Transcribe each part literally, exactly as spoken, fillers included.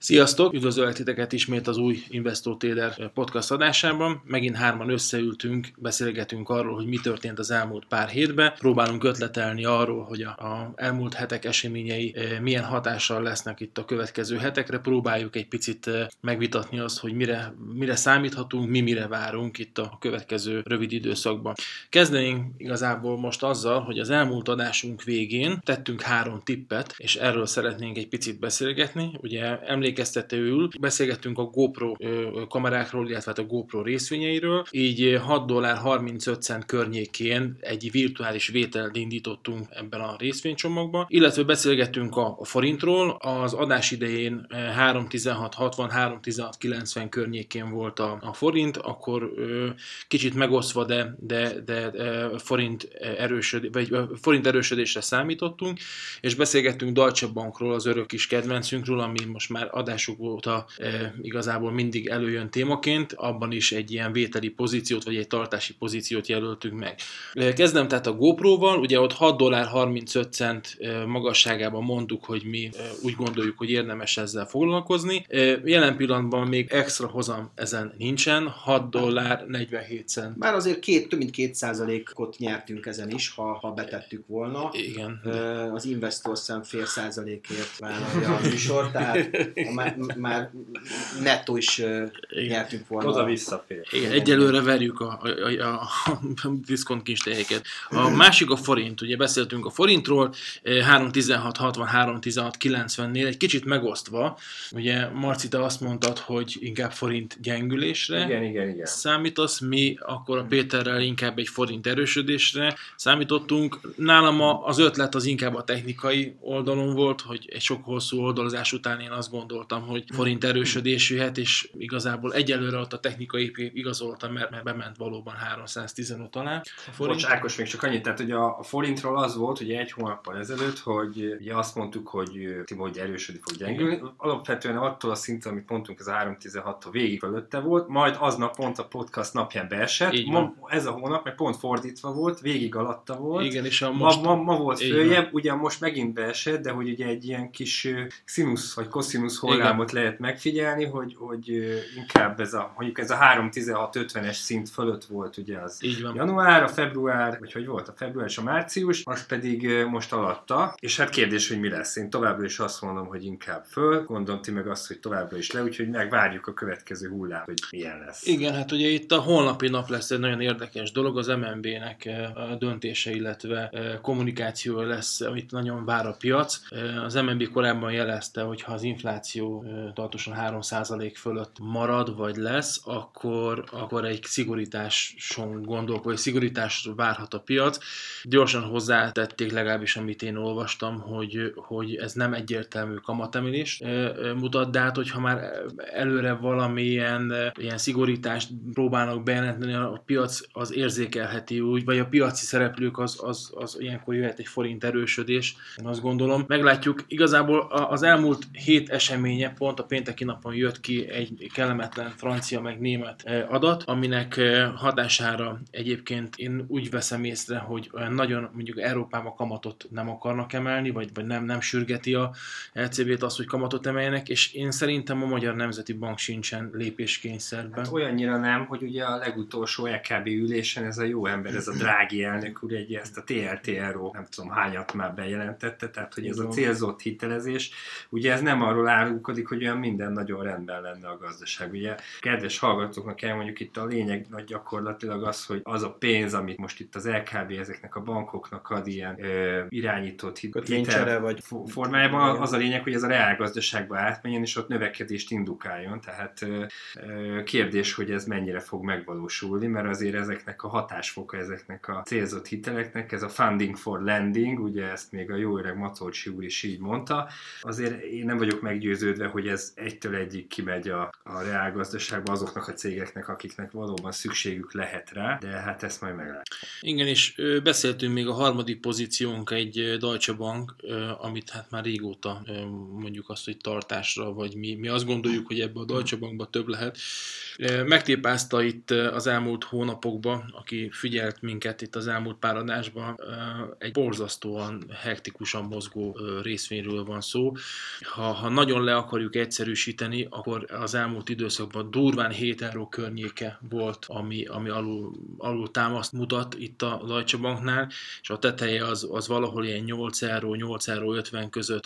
Sziasztok! Üdvözöllek titeket ismét az új Investor Trader podcast adásában. Megint hárman összeültünk, beszélgetünk arról, hogy mi történt az elmúlt pár hétben. Próbálunk ötletelni arról, hogy a, a elmúlt hetek eseményei milyen hatással lesznek itt a következő hetekre. Próbáljuk egy picit megvitatni azt, hogy mire, mire számíthatunk, mi mire várunk itt a következő rövid időszakban. Kezdenénk igazából most azzal, hogy az elmúlt adásunk végén tettünk három tippet, és erről szeretnénk egy picit beszélgetni. Ugye emlékeztetőül beszélgettünk a GoPro kamerákról, illetve a GoPro részvényeiről, így hat dollár harmincöt cent környékén egy virtuális vételt indítottunk ebben a részvénycsomagban, illetve beszélgettünk a forintról, az adás idején három tizenhat hatvan három tizenhat kilencven környékén volt a, a forint, akkor kicsit megosztva, de, de, de forint, erősöd, vagy forint erősödésre számítottunk, és beszélgettünk Deutsche Bankról, az örök kis kedvencünkről, ami most már adásuk óta e, igazából mindig előjön témaként, abban is egy ilyen vételi pozíciót, vagy egy tartási pozíciót jelöltünk meg. Kezdem tehát a GoPro-val, ugye ott hat dollár harmincöt cent magasságában mondtuk, hogy mi e, úgy gondoljuk, hogy érdemes ezzel foglalkozni. E, jelen pillanatban még extra hozam ezen nincsen, hat dollár negyvenhét cent. Már azért két, több mint két százalékot nyertünk ezen is, ha, ha betettük volna. Igen. E, az Investor szem fél százalékért vállalja a műsor, tehát Már, már nettó is uh, nyertünk volna. Oda-vissza fél. Igen, egyelőre verjük a, a, a, a diszkont kincstejéket. A másik a forint, ugye beszéltünk a forintról, három tizenhat hatvan három tizenhat kilencvennél egy kicsit megosztva. Ugye Marci, te azt mondtad, hogy inkább forint gyengülésre igen, igen, igen. számítasz, mi akkor a Péterrel inkább egy forint erősödésre számítottunk. Nálam az ötlet az inkább a technikai oldalon volt, hogy egy sok hosszú oldalazás után én azt gondoltam, hogy forint erősödés jöhet, és igazából egyelőre ott a technikai igazolta, mert, mert bement valóban háromszáztizenöt alá. Bocs, Ákos, még csak annyit, tehát hogy a, a forintról az volt, hogy egy hónappal ezelőtt, hogy ugye azt mondtuk, hogy Timo, hogy erősödik fog gyengülni. Alapvetően attól a szinten, amit mondtunk, ez a három tizenhattól végig fölötte volt, majd aznap pont a podcast napján beesett. Ma, ez a hónap meg pont fordítva volt, végig alatta volt. Igen, és a most... ma, ma, ma volt följebb, ugye most megint beesett, de hogy ugye egy ilyen kis színusz vagy koszinusz hullámot lehet megfigyelni, hogy, hogy inkább ez a, mondjuk ez a három tizenhat ötvenes szint fölött volt ugye az január, a február, vagy hogy volt a február és a március, most pedig most alatta, és hát kérdés, hogy mi lesz. Én továbbra is azt mondom, hogy inkább föl, gondolom ti meg azt, hogy továbbra is le, úgyhogy megvárjuk a következő hullám, hogy milyen lesz. Igen, hát ugye itt a holnapi nap lesz egy nagyon érdekes dolog, az em en bé-nek a döntése, illetve kommunikációja lesz, amit nagyon vár a piac. Az em en bé korábban jelezte, hogy ha az infláció tartósan három százalék fölött marad, vagy lesz, akkor, akkor egy szigorításon gondolkodik, vagy szigorításra várhat a piac. Gyorsan hozzátették, legalábbis amit én olvastam, hogy, hogy ez nem egyértelmű kamatemelést mutat, de hát hogyha már előre valamilyen ilyen szigorítást próbálnak bejelenteni, a piac az érzékelheti úgy, vagy a piaci szereplők az, az, az ilyenkor jöhet egy forint erősödés, én azt gondolom. Meglátjuk, igazából az elmúlt hét eseménye pont a pénteki napon jött ki egy kellemetlen francia meg német adat, aminek hatására egyébként én úgy veszem észre, hogy olyan nagyon mondjuk Európában kamatot nem akarnak emelni, vagy, vagy nem, nem sürgeti a é cé bé-t az, hogy kamatot emeljenek, és én szerintem a Magyar Nemzeti Bank sincsen lépéskényszerben. Hát olyannyira nem, hogy ugye a legutolsó é ká bé ülésen ez a jó ember, ez a Drági elnök úr egy ezt a té el té er o nem tudom hányat már bejelentette, tehát hogy ez a célzott hitelezés, ugye ez nem arról árulkodik, hogy olyan minden nagyon rendben lenne a gazdaság. Ugye kedves hallgatóknak elmondjuk itt a lényeg nagy gyakorlatilag az, hogy az a pénz, amit most itt az el ká bé ezeknek a bankoknak ad ilyen ö, irányított hitel vagy formájában, az a lényeg, hogy ez a reálgazdaságba átmenjen, és ott növekedést indukáljon. Tehát ö, ö, kérdés, hogy ez mennyire fog megvalósulni, mert azért ezeknek a hatásfoka, ezeknek a célzott hiteleknek, ez a funding for lending, ugye ezt még a jó öreg Matolcsi úr is így mondta, azért én nem vagyok meggyőződve, hogy ez egytől egyik kimegy a, a reálgazdaságba azoknak a cégeknek, akiknek valóban szükségük lehet rá, de hát ezt majd meglátjuk. Igen, és ö, beszéltünk még a harmadik pozíciónk egy Deutsche Bank, ö, amit hát már régóta ö, mondjuk azt, hogy tartásra, vagy mi, mi azt gondoljuk, hogy ebbe a Deutsche Bankba több lehet. Megtépázta itt az elmúlt hónapokban, aki figyelt minket itt az elmúlt pár adásban, egy borzasztóan hektikusan mozgó részvényről van szó. Ha, ha nagyon le akarjuk egyszerűsíteni, akkor az elmúlt időszakban durván hét euró környéke volt, ami, ami alul, alul támaszt mutat itt a Deutsche Banknál, és a teteje az, az valahol ilyen nyolc euró, nyolc euró ötven között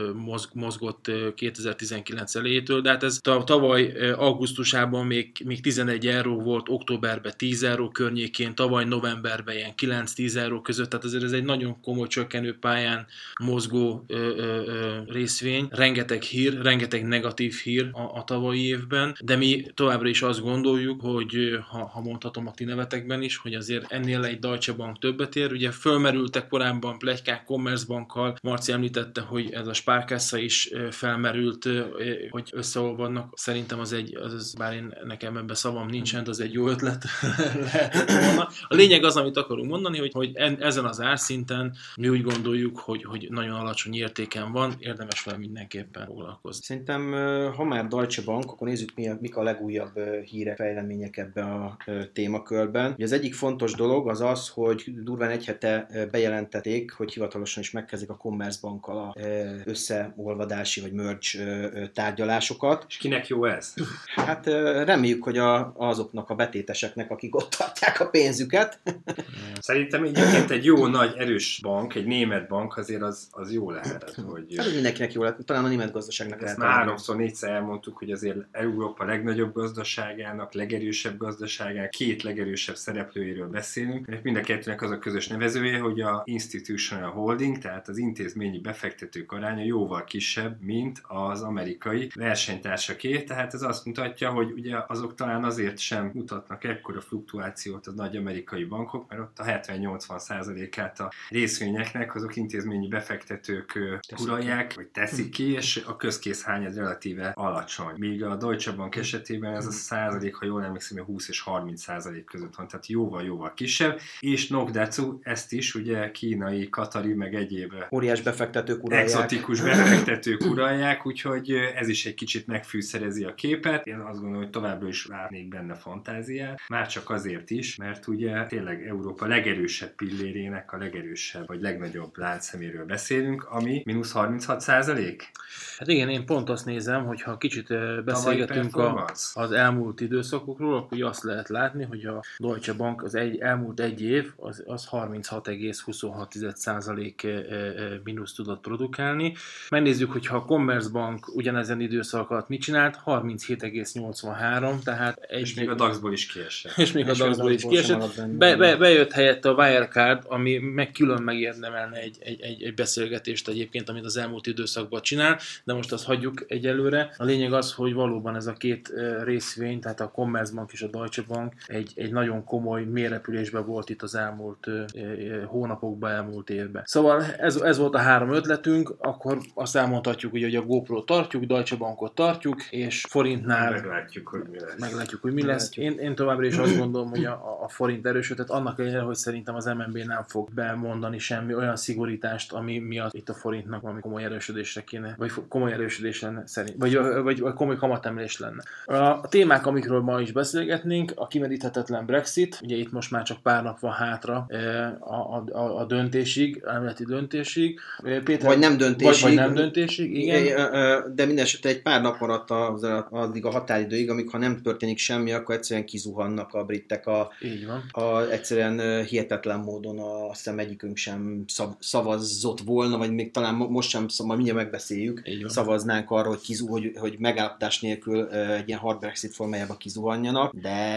mozgott kétezer-tizenkilenc elejétől, de hát ez tavaly augusztusában még, még tizenegy euró volt, októberben tíz euró környékén, tavaly novemberben ilyen kilenc-tíz euró között, tehát azért ez egy nagyon komoly csökkenő pályán mozgó ö, ö, ö, részvény, rengeteg hír, rengeteg negatív hír a, a tavalyi évben, de mi továbbra is azt gondoljuk, hogy ha, ha mondhatom a ti nevetekben is, hogy azért ennél egy Deutsche Bank többet ér. Ugye fölmerültek korábban pletykák Commerzbankkal, Marci említette, hogy ez a Sparkasse is felmerült, hogy összeolvadnak. Szerintem az egy, az, bár én nekem ebben szavam nincsen, az egy jó ötlet lehetett volna. A lényeg az, amit akarunk mondani, hogy, hogy ezen az árszinten mi úgy gondoljuk, hogy, hogy nagyon alacsony értéken van, érdemes vele mindenképpen foglalkozni. Szerintem, ha már Deutsche Bank, akkor nézzük, mi a, mik a legújabb hírek, fejlemények ebben a témakörben. Ugye az egyik fontos dolog az az, hogy durván egy hete bejelentették, hogy hivatalosan is megkezdik a Commerzbankkal a összeolvadási vagy merge tárgyalásokat. És kinek jó ez? Hát reméljük, hogy a, azoknak a betéteseknek, akik ott tartják a pénzüket. Szerintem egyébként egy jó nagy erős bank, egy német bank azért az, az jó lehet. Hogy... Hát mindenkinek jó lehet, talán a német gazdaságnak ezt lehet. Ezt már háromszor, négyszer elmondtuk, hogy azért Európa legnagyobb gazdaságának, legerősebb gazdaságának, két legerősebb szereplőiről beszélünk. Mind a kettőnek az a közös nevezője, hogy a institutional holding, tehát az intézményi befektetők aránya jóval kisebb, mint az amerikai versenytársaké. Tehát ez azt mutatja, hogy ugye azok talán azért sem mutatnak ekkora fluktuációt a nagy amerikai bankok, mert ott a hetven-nyolcvan százalékát a részvényeknek azok intézményi befektetők uralják, vagy teszik ki, és a közkészhányad relatíve alacsony. Míg a Deutsche Bank esetében ez a százalék, ha jól emlékszem, húsz és harminc százalék között van, tehát jóval-jóval kisebb, és Nokdatsu ezt is ugye kínai, katari, meg egyéb óriás befektetők uralják. Exotikus befektetők uralják, úgyhogy ez is egy kicsit megfűszerezi a képet. Én azt gondolom, hogy továbbra is látnék benne fantáziát, már csak azért is, mert ugye tényleg Európa legerősebb pillérének a legerősebb, vagy legnagyobb láncszeméről beszélünk, ami mínusz harminchat százalék. Hát igen, én pont azt nézem, hogy ha kicsit beszélgetünk a, az elmúlt időszakokról, akkor ugye azt lehet látni, hogy a Deutsche Bank az egy, elmúlt egy év az, az harminchat egész huszonhat százalék mínusz tudott produkálni. Megnézzük, hogyha a Commerzbank ugyanezen időszak alatt mit csinált, harminchét egész nyolcvanhárom, tehát egy... És még a daxból is kiesett. És még a daxból is kiesett. Be, be, bejött helyette a Wirecard, ami meg külön megérdemelne egy, egy, egy, egy beszélgetést egyébként, amit az elmúlt időszakban csinál, de most azt hagyjuk egyelőre. A lényeg az, hogy valóban ez a két részvény, tehát a Commerzbank és a Deutsche Bank egy, egy nagyon komoly mélyrepülésben volt itt az elmúlt hónapokban, elmúlt évben. Szóval ez, ez volt a három ötletünk, akkor azt elmondhatjuk, hogy a GoPro tartjuk, Deutsche Bankot tartjuk, és forintnál meglátjuk, hogy mi lesz. Meglátjuk, hogy mi lesz. Én, én továbbra is azt gondolom, hogy a, a forint erősödött, annak ellenére, hogy szerintem az em en bé nem fog bemondani semmi olyan szigorítást, ami miatt itt a forintnak valami komoly erősödésre kéne, vagy komoly erősödés lenne szerint, vagy, vagy, vagy komoly kamatemelés lenne. A témák, amikről ma is beszélgetnénk, a kimeríthetetlen Brexit, ugye itt most már csak pár nap van hátra a, a, a döntésig, elméleti döntésig. Péter, vagy nem döntésig. Vagy, vagy nem döntésig, igen. De minden esetre egy pár nap maradt az, addig a határidőig, amíg ha nem történik semmi, akkor egyszerűen kizuhannak a britek a, Így van. a egyszerűen hihetetlen módon a, azt hiszem egyikünk sem szav, szavazott volna, vagy még talán most sem, majd mindjárt megbeszéljük, szavaznánk arra, hogy, kizu, hogy, hogy megállapodás nélkül egy ilyen hard Brexit formájában kizuhanjanak,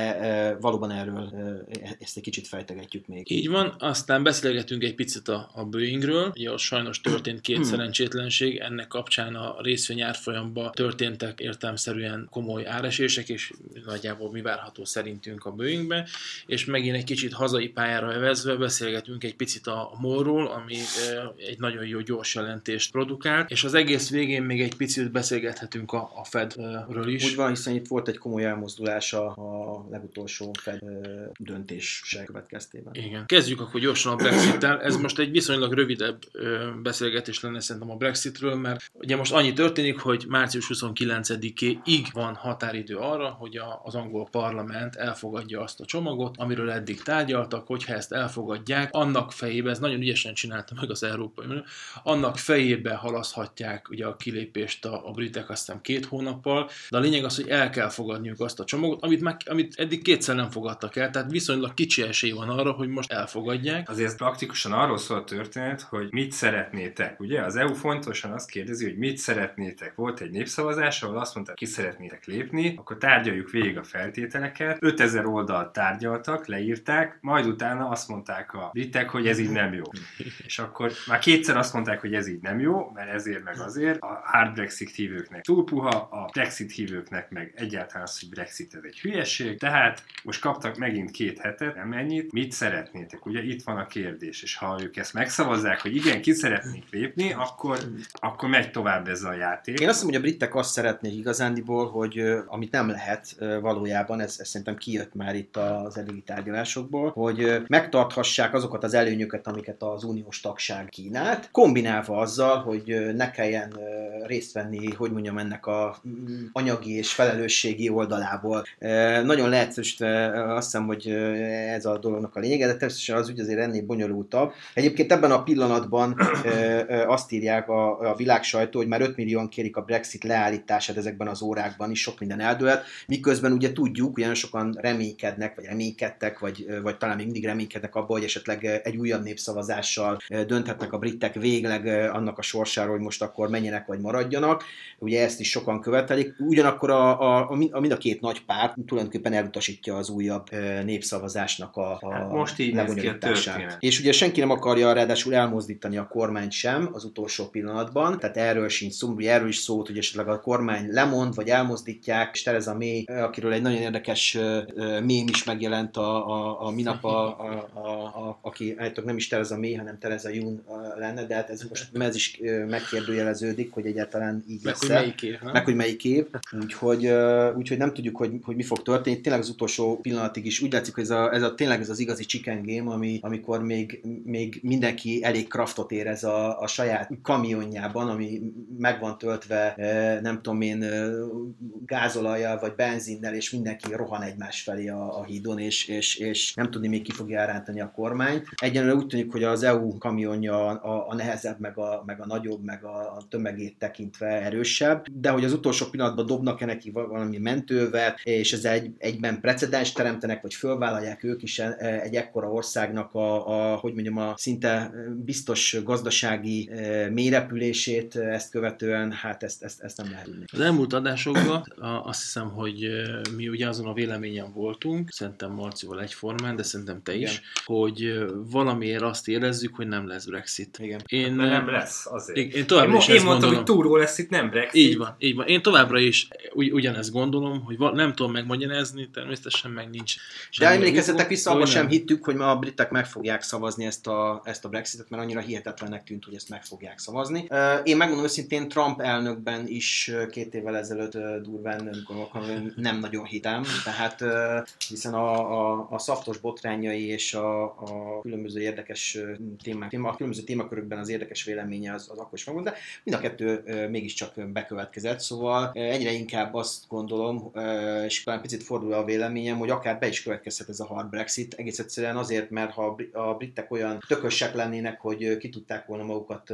de valóban erről ezt egy kicsit fejtegetjük még. Így van, aztán beszélgetünk egy picit a, a Boeingről, ugye ott sajnos történt két hmm. szerencsétlenség, ennek kapcsán a részvény árfolyamban történtek értelemszerűen komoly áresések, és nagyjából mi várható szerintünk a Boeingbe, és megint egy kicsit hazai pályára evezve beszélgetünk egy picit a MOL-ról, ami egy nagyon jó gyors jelentést produkált, és az egész végén még egy picit beszélgethetünk a, a Fedről is. Úgy van, hiszen itt volt egy komoly elmozdulás a, a legutolsó Fed döntése következtében. Igen. Kezdjük akkor gyorsan a Brexittel. Ez most egy viszonylag rövidebb beszélgetés lenne szerintem a Brexitről, mert ugye most annyi történik, hogy március huszonkilencedikéig van határidő arra, arra, hogy a, az angol parlament elfogadja azt a csomagot, amiről eddig tárgyaltak, hogyha ezt elfogadják, annak fejébe, ez nagyon ügyesen csinálta meg az Európai Unió, annak fejébe halaszthatják ugye a kilépést a, a britek aztán két hónappal, de a lényeg az, hogy el kell fogadniuk azt a csomagot, amit, meg, amit eddig kétszer nem fogadtak el, tehát viszonylag kicsi esély van arra, hogy most elfogadják. Azért praktikusan arról szól a történet, hogy mit szeretnétek, ugye? Az é u fontosan azt kérdezi, hogy mit szeretnétek. Volt egy népszavazás, ahol azt mondták, ki szeretnétek lépni, akkor tárgyaljuk végig a feltételeket. ötezer oldalt tárgyaltak, leírták, majd utána azt mondták a britek, hogy ez így nem jó. És akkor már kétszer azt mondták, hogy ez így nem jó, mert ezért meg azért. A hard Brexit hívőknek túl puha, a Brexit hívőknek meg egyáltalán az, hogy Brexit ez egy hülyeség. Tehát most kaptak megint két hetet, nem ennyit. Mit szeretnétek? Ugye itt van a kérdés, és ha ők ezt megszavazzák, hogy igen, ki szeretnék lépni, akkor, akkor megy tovább ez a játék. Én azt mondom, hogy a britek azt szeretnék igazándiból, hogy amit nem lehet valójában, ez, ez szerintem kijött már itt az eddigi tárgyalásokból, hogy megtarthassák azokat az előnyöket, amiket az uniós tagság kínált, kombinálva azzal, hogy ne kelljen részt venni, hogy mondjam, ennek a anyagi és felelősségi oldalából. Nagyon leegyszerűsítve azt hiszem, hogy ez a dolognak a lényege, de természetesen az ügy azért ennél bonyolultabb. Egyébként ebben a pillanatban azt írják a, a világ sajtó, hogy már öt millióan kérik a Brexit leállítását ezekben az órákban is, sok minden eldőlt, miközben ugye tudjuk, hogy sokan reménykednek, vagy reménykedtek, vagy, vagy talán még mindig reménykednek abban, hogy esetleg egy újabb népszavazással dönthetnek a britek végleg annak a sorsáról, hogy most akkor menjenek, vagy maradjanak. Ugye ezt is sokan követelik. Ugyanakkor a, a, a mind a két nagy párt tulajdonképpen elutasítja az újabb népszavazásnak a, a hát most így néz ki a történet. És ugye senki nem akarja ráadásul elmozdítani a kormányt sem az utolsó pillanatban, tehát erről sincs szó, ugye erről is szólt, hogy esetleg a kormány lemond, vagy elmozdítják, és Theresa May, akiről egy nagyon érdekes mém is megjelent a, a, a minap, a, a, a, a, aki állítólag nem is Theresa May, hanem Theresa Yun lenne, de hát ez most ez is megkérdőjeleződik, hogy egyáltalán így meg, lesz. Hogy melyik év, meg, hogy melyik év. Úgyhogy, úgyhogy nem tudjuk, hogy, hogy mi fog történni. Tényleg az utolsó pillanatig is úgy látszik, hogy ez a, ez a tényleg ez az igazi chicken game, ami, amikor még, még mindenki elég kraftot érez a, a saját kamionjában, ami meg van töltve, nem tudom én, gázolajjal vagy benzinnel, és mindenki rohan egymás felé a, a hídon, és, és, és nem tudni még ki fogja elrántani a kormányt. Egyenlően úgy tűnik, hogy az é u kamionja a, a nehezebb, meg a, meg a nagyobb, meg a, a tömegét tekintve erősebb, de hogy az utolsó pillanatban dobnak-e neki valami mentővet, és ez egy, egyben precedens teremtenek, vagy fölvállalják ők is egy ekkora országnak a, a, hogy mondjam, a szinte biztos gazdasági mélyrepülését ezt követően, hát ezt, ezt, ezt nem lehet tudni. Az elmúlt adásokban azt hiszem, hogy mi ugye azon a véleményen voltunk, szerintem Marcival egyformán, de szerintem te is, igen, hogy valamiért azt érezzük, hogy nem lesz Brexit. Igen. Én, hát, nem lesz azért. Én, én továbbra én, is én ezt mondtam, gondolom, hogy túró lesz itt, nem Brexit. Így van, így van. Én továbbra is ugy, ugyanezt gondolom, hogy va, nem tudom megmagyarázni, természetesen meg nincs. De emlékezzetek vissza, abban sem hittük, hogy ma a britek meg fogják szavazni ezt a, ezt a Brexitet, mert annyira hihetetlennek tűnt, hogy ezt meg fogják szavazni. Én megmondom őszintén, Trump elnökben is két évvel ezelőtt durván nem nagyon hitem, tehát hiszen a, a, a szaftos botrányai és a, a különböző érdekes témák, téma, a különböző témakörökben az érdekes véleménye az, az akkor is megmond, de mind a kettő mégiscsak bekövetkezett, szóval egyre inkább azt gondolom, és talán picit fordul a véleményem, hogy akár be is következhet ez a hard Brexit, egész egyszerűen azért, mert ha a britek olyan tökösek lennének, hogy ki tudták volna magukat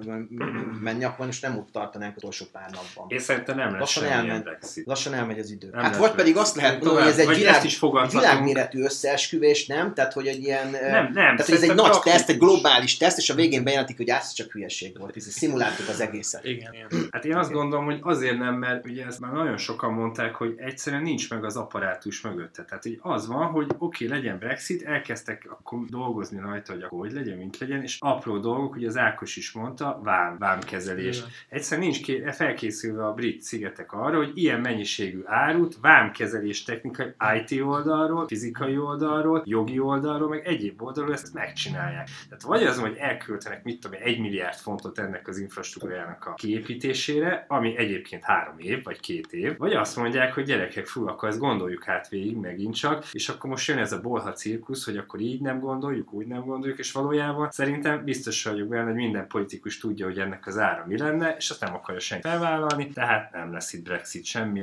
menni, akkor most nem úgy tartanánk utolsó pár napban. Én szerintem nem lesz semmilyen Brexit. Lassan elmegy az idő. Nem hát vagy pedig azt lehet mondani, hogy ez egy világ, világméretű összeesküvés, nem? Tehát, hogy egy ilyen... Nem, nem. Tehát, hogy ez egy nagy teszt, egy globális teszt, és a végén bejelentik, hogy ez csak hülyeség volt. Ez szimuláltuk az egészet. Igen, igen. Hát én azt gondolom, hogy azért nem, mert ugye ezt már nagyon sokan mondták, hogy egyszerűen nincs meg az apparátus mögötte. Tehát így az van, hogy oké, okay, legyen Brexit, elkezdtek akkor dolgozni rajta, hogy akkor hogy legyen, mint legyen, és apró dolgok, ugye az Ákos is mondta, vám, vámkezelés. Igen. Egyszerűen nincs ké- felkészülve a brit szigetek arra, hogy ilyen mennyiségű árut vámkezelés technikai i té oldalról, fizikai oldalról, jogi oldalról, meg egyéb oldalról ezt megcsinálják. Tehát vagy az, hogy elköltenek, mit tudom, egy milliárd fontot ennek az infrastruktúrájának a kiépítésére, ami egyébként három év, vagy két év, vagy azt mondják, hogy gyerekek, fú, akkor ezt gondoljuk át végig megint csak, és akkor most jön ez a bolha cirkusz, hogy akkor így nem gondoljuk, úgy nem gondoljuk, és valójában szerintem biztos vagyok benne, hogy minden politikus tudja, hogy ennek az ára mi lenne, és azt nem akarja senki felvállalni, tehát nem lesz itt Brexit semmilyen, én tovább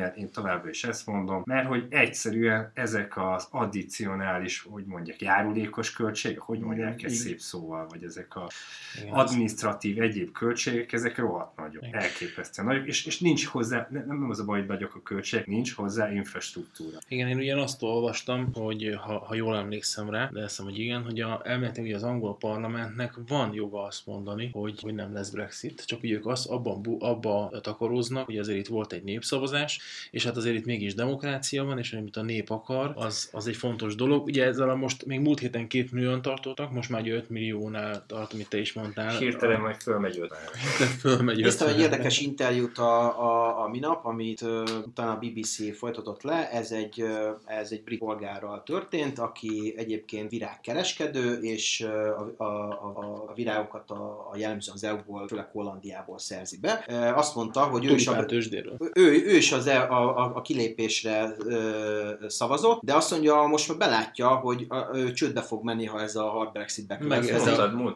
továbbra is ezt mondom, mert hogy egyszerűen ezek az addicionális, hogy mondják, járulékos költségek, hogy mondják ezt szép szóval, vagy ezek a adminisztratív egyéb költségek, ezek rohadt nagyok, elképesztően nagyok, és, és nincs hozzá, nem, nem az a baj, hogy nagyok a költségek, nincs hozzá infrastruktúra. Igen, én ugyan azt olvastam, hogy ha, ha jól emlékszem rá, de hiszem, hogy igen, hogy a, elméletileg az angol parlamentnek van joga azt mondani, hogy, hogy nem lesz Brexit, csak hogy ők azt abban, abba takaróznak, hogy azért itt volt egy népszavazás, és hát azért itt mégis demokrácia van, és amit a nép akar, az, az egy fontos dolog. Ugye ezzel a most még múlt héten két millióan tartottak, most már öt milliónál tart, amit te is mondtál. Hirtelen majd fölmegy öt. Fölmegy Néztem egy érdekes interjút a, a, a minap, amit uh, utána a bé bé cé folytatott le. Ez egy, uh, ez egy brit polgárral történt, aki egyébként virágkereskedő, és uh, a, a, a, a virágokat a, a jellemzően az é u-ból, főleg Hollandiából szerzi be. Uh, azt mondta, hogy ő is, a, ő, ő is az, a, a, a kilépésre uh, szavazott, de azt mondja, most már belátja, hogy a, ő csődbe fog menni, ha ez a hard Brexit bekövetkezik.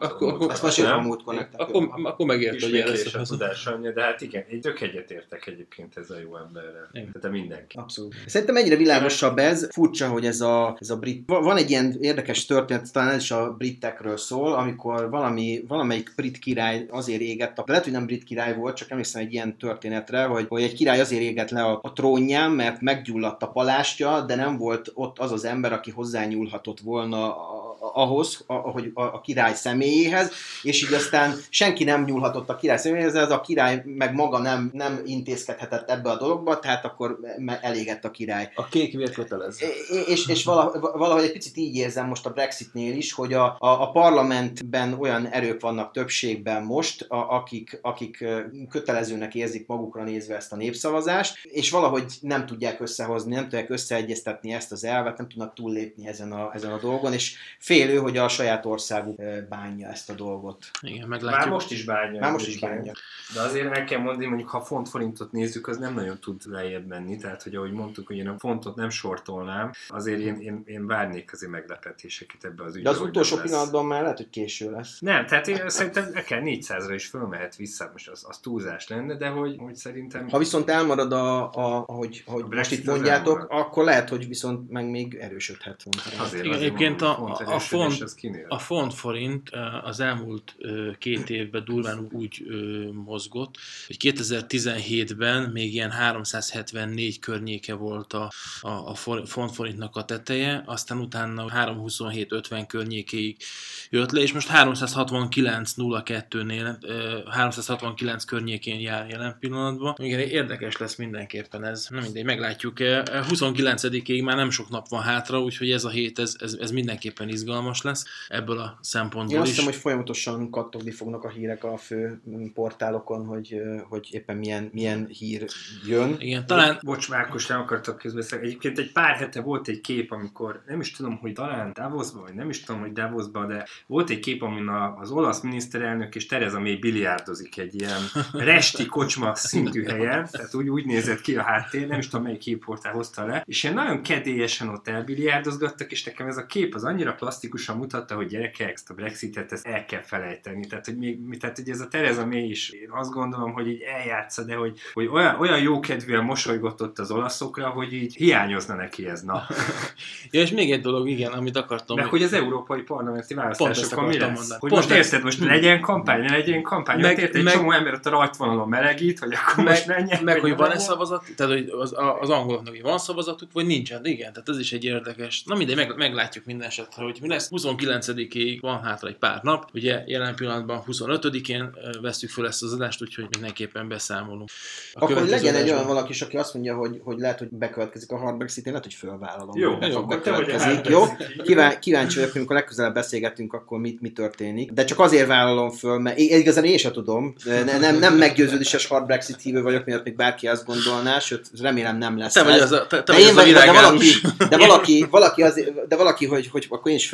Ezt meséltem a múltkor nektek. Akkor, akkor megérte, hogy lesz a tudás anyja, de hát igen, egy tök egyet értek egyébként ezzel a jó emberrel. Tehát mindenki. Abszolút. Szerintem egyre világosabb ez. Furcsa, hogy ez a, ez a brit... Van egy ilyen érdekes történet, talán ez is a britekről szól, amikor valami, valamelyik brit király azért égett, de lehet, hogy nem brit király volt, csak emlékszem egy ilyen történetre, hogy, hogy egy király azért égett le a, a trónján, mert meggyulladt a palástja, de nem volt ott az az ember, aki hozzányúlhatott volna a, a, ahhoz, a, hogy a, a király személyéhez, és így aztán senki nem nyúlhatott a király személyéhez, ez a király meg maga nem, nem intézkedhetett ebbe a dologba, tehát akkor elégett a király. A kék vér kötelező. És, és valahogy egy picit így érzem most a Brexitnél is, hogy a, a, a parlamentben olyan erők vannak többségben most, a, akik, akik kötelezőnek érzik magukra nézve ezt a népszavazást, és valahogy nem tudják összehozni, nem tudják összeegyeztetni ezt az elvet, nem tudnak túllépni ezen a, ezen a dolgon, és félő, hogy a saját országuk bánja ezt a dolgot. Igen, meglátjuk. Már most is bánja. Már most is bánja. De azért el kell mondani, mondjuk ha font-forintot nézzük, az nem nagyon tud lejjebb menni, tehát hogy ahogy mondtuk, hogy én a fontot nem sortolnám, azért én, én, én várnék azért meglepetéseket ebbe az ügybe. De az utolsó pillanatban már lehet, hogy késő lesz. Nem, tehát én szerintem akár négyszázra is fölmehet vissza, most az, az túlzás lenne, de hogy, hogy szerintem... Ha viszont elmarad, a, a, ahogy, ahogy most itt mondjátok, akkor lehet, hogy viszont meg még erősödhet. Azért, igen, egyébként a, a, a, font, a font forint az elmúlt két évben durván úgy mozgott, hogy kétezer-tizenhétben még ilyen háromszázhetvennégy környéke volt a, a, a font forintnak a teteje, aztán utána háromszázhuszonhét ötven környékéig jött le, és most háromszázhatvankilenc nulla kettőnél, háromszázhatvankilenc környékén jár jelen pillanatban. Igen, érdekes lesz mindenképpen ez. Nem mindegy, meglátjuk. huszonkilencedikéig már nem sok nap van hátra, úgyhogy ez a hét, ez, ez, ez mindenképpen izgalmas lesz ebből a szempontból. Én azt hiszem, hogy folyamatosan kattogni fognak a hírek a fő portálokon, hogy, hogy éppen milyen, milyen hír jön. Igen, talán... Bocs, Márkos, nem akartak közbeszélni. Egyébként egy pár hete volt egy kép, amikor nem is tudom, hogy talán Davosban, vagy nem is tudom, hogy Davosban, de volt egy kép, amin az olasz miniszterelnök és Theresa May biliárdozik egy ilyen resti kocsma szintű helyen, tehát úgy, úgy nézett ki a háttér, nem is tudom, melyik képportál hozta le, és ilyen nagyon kedélyesen ott elbiliárdozgattak, és nekem ez a kép az annyira plastikusan mutatta, hogy gyerekek, ezt a Brexitet ezt el kell felejteni. Tehát, hogy, még, tehát, hogy ez a Theresa May is, én azt gondolom, hogy így eljátsza, de hogy, hogy olyan, olyan jókedvűen mosolygott ott az olaszokra, hogy így hiányozna neki ez, na. Ja, és még egy dolog, igen, amit akartam. Meg hogy az európai parlamenti választásokon mi lesz? Mondani. Hogy Pont most érted, most legyen kampány, ne legyen kampány, meg, érted, egy meg, csomó ember ott a rajtvonalon melegít, hogy akkor meg, most menjen. Meg, hogy van-e szavazat, tehát hogy az, az angoloknak van szavazatuk, vagy nincsen, igen, tehát ez is egy érdekes. Na mindegy, meg, meglátjuk minden esetre, hogy mi lesz. huszonkilencedikéig van hátra egy pár nap, ugye jelen pillanatban huszonötödikén vesztük föl ezt az adást, úgyhogy mindenképpen beszámolunk. A akkor legyen egy olyan valaki, aki azt mondja, hogy, hogy lehet, hogy bekövetkezik a hard Brexit, én lehet, hogy fölvállalom. Jó, jó, akkor bekövetkezik. Jó? Kíván, kíváncsi vagyok, amikor legközelebb beszélgetünk, akkor mit, mi történik. De csak azért vállalom föl, mert én, igazán én sem tudom. Ne, nem, nem meggyőződéses hard Brexit hívő vagyok, miatt még bárki azt gondolná, sőt, remélem nem lesz. Te vagy az a, te, te de, én vagy, de valaki, de valaki, valaki azért, de valaki, hogy, hogy akkor én is föl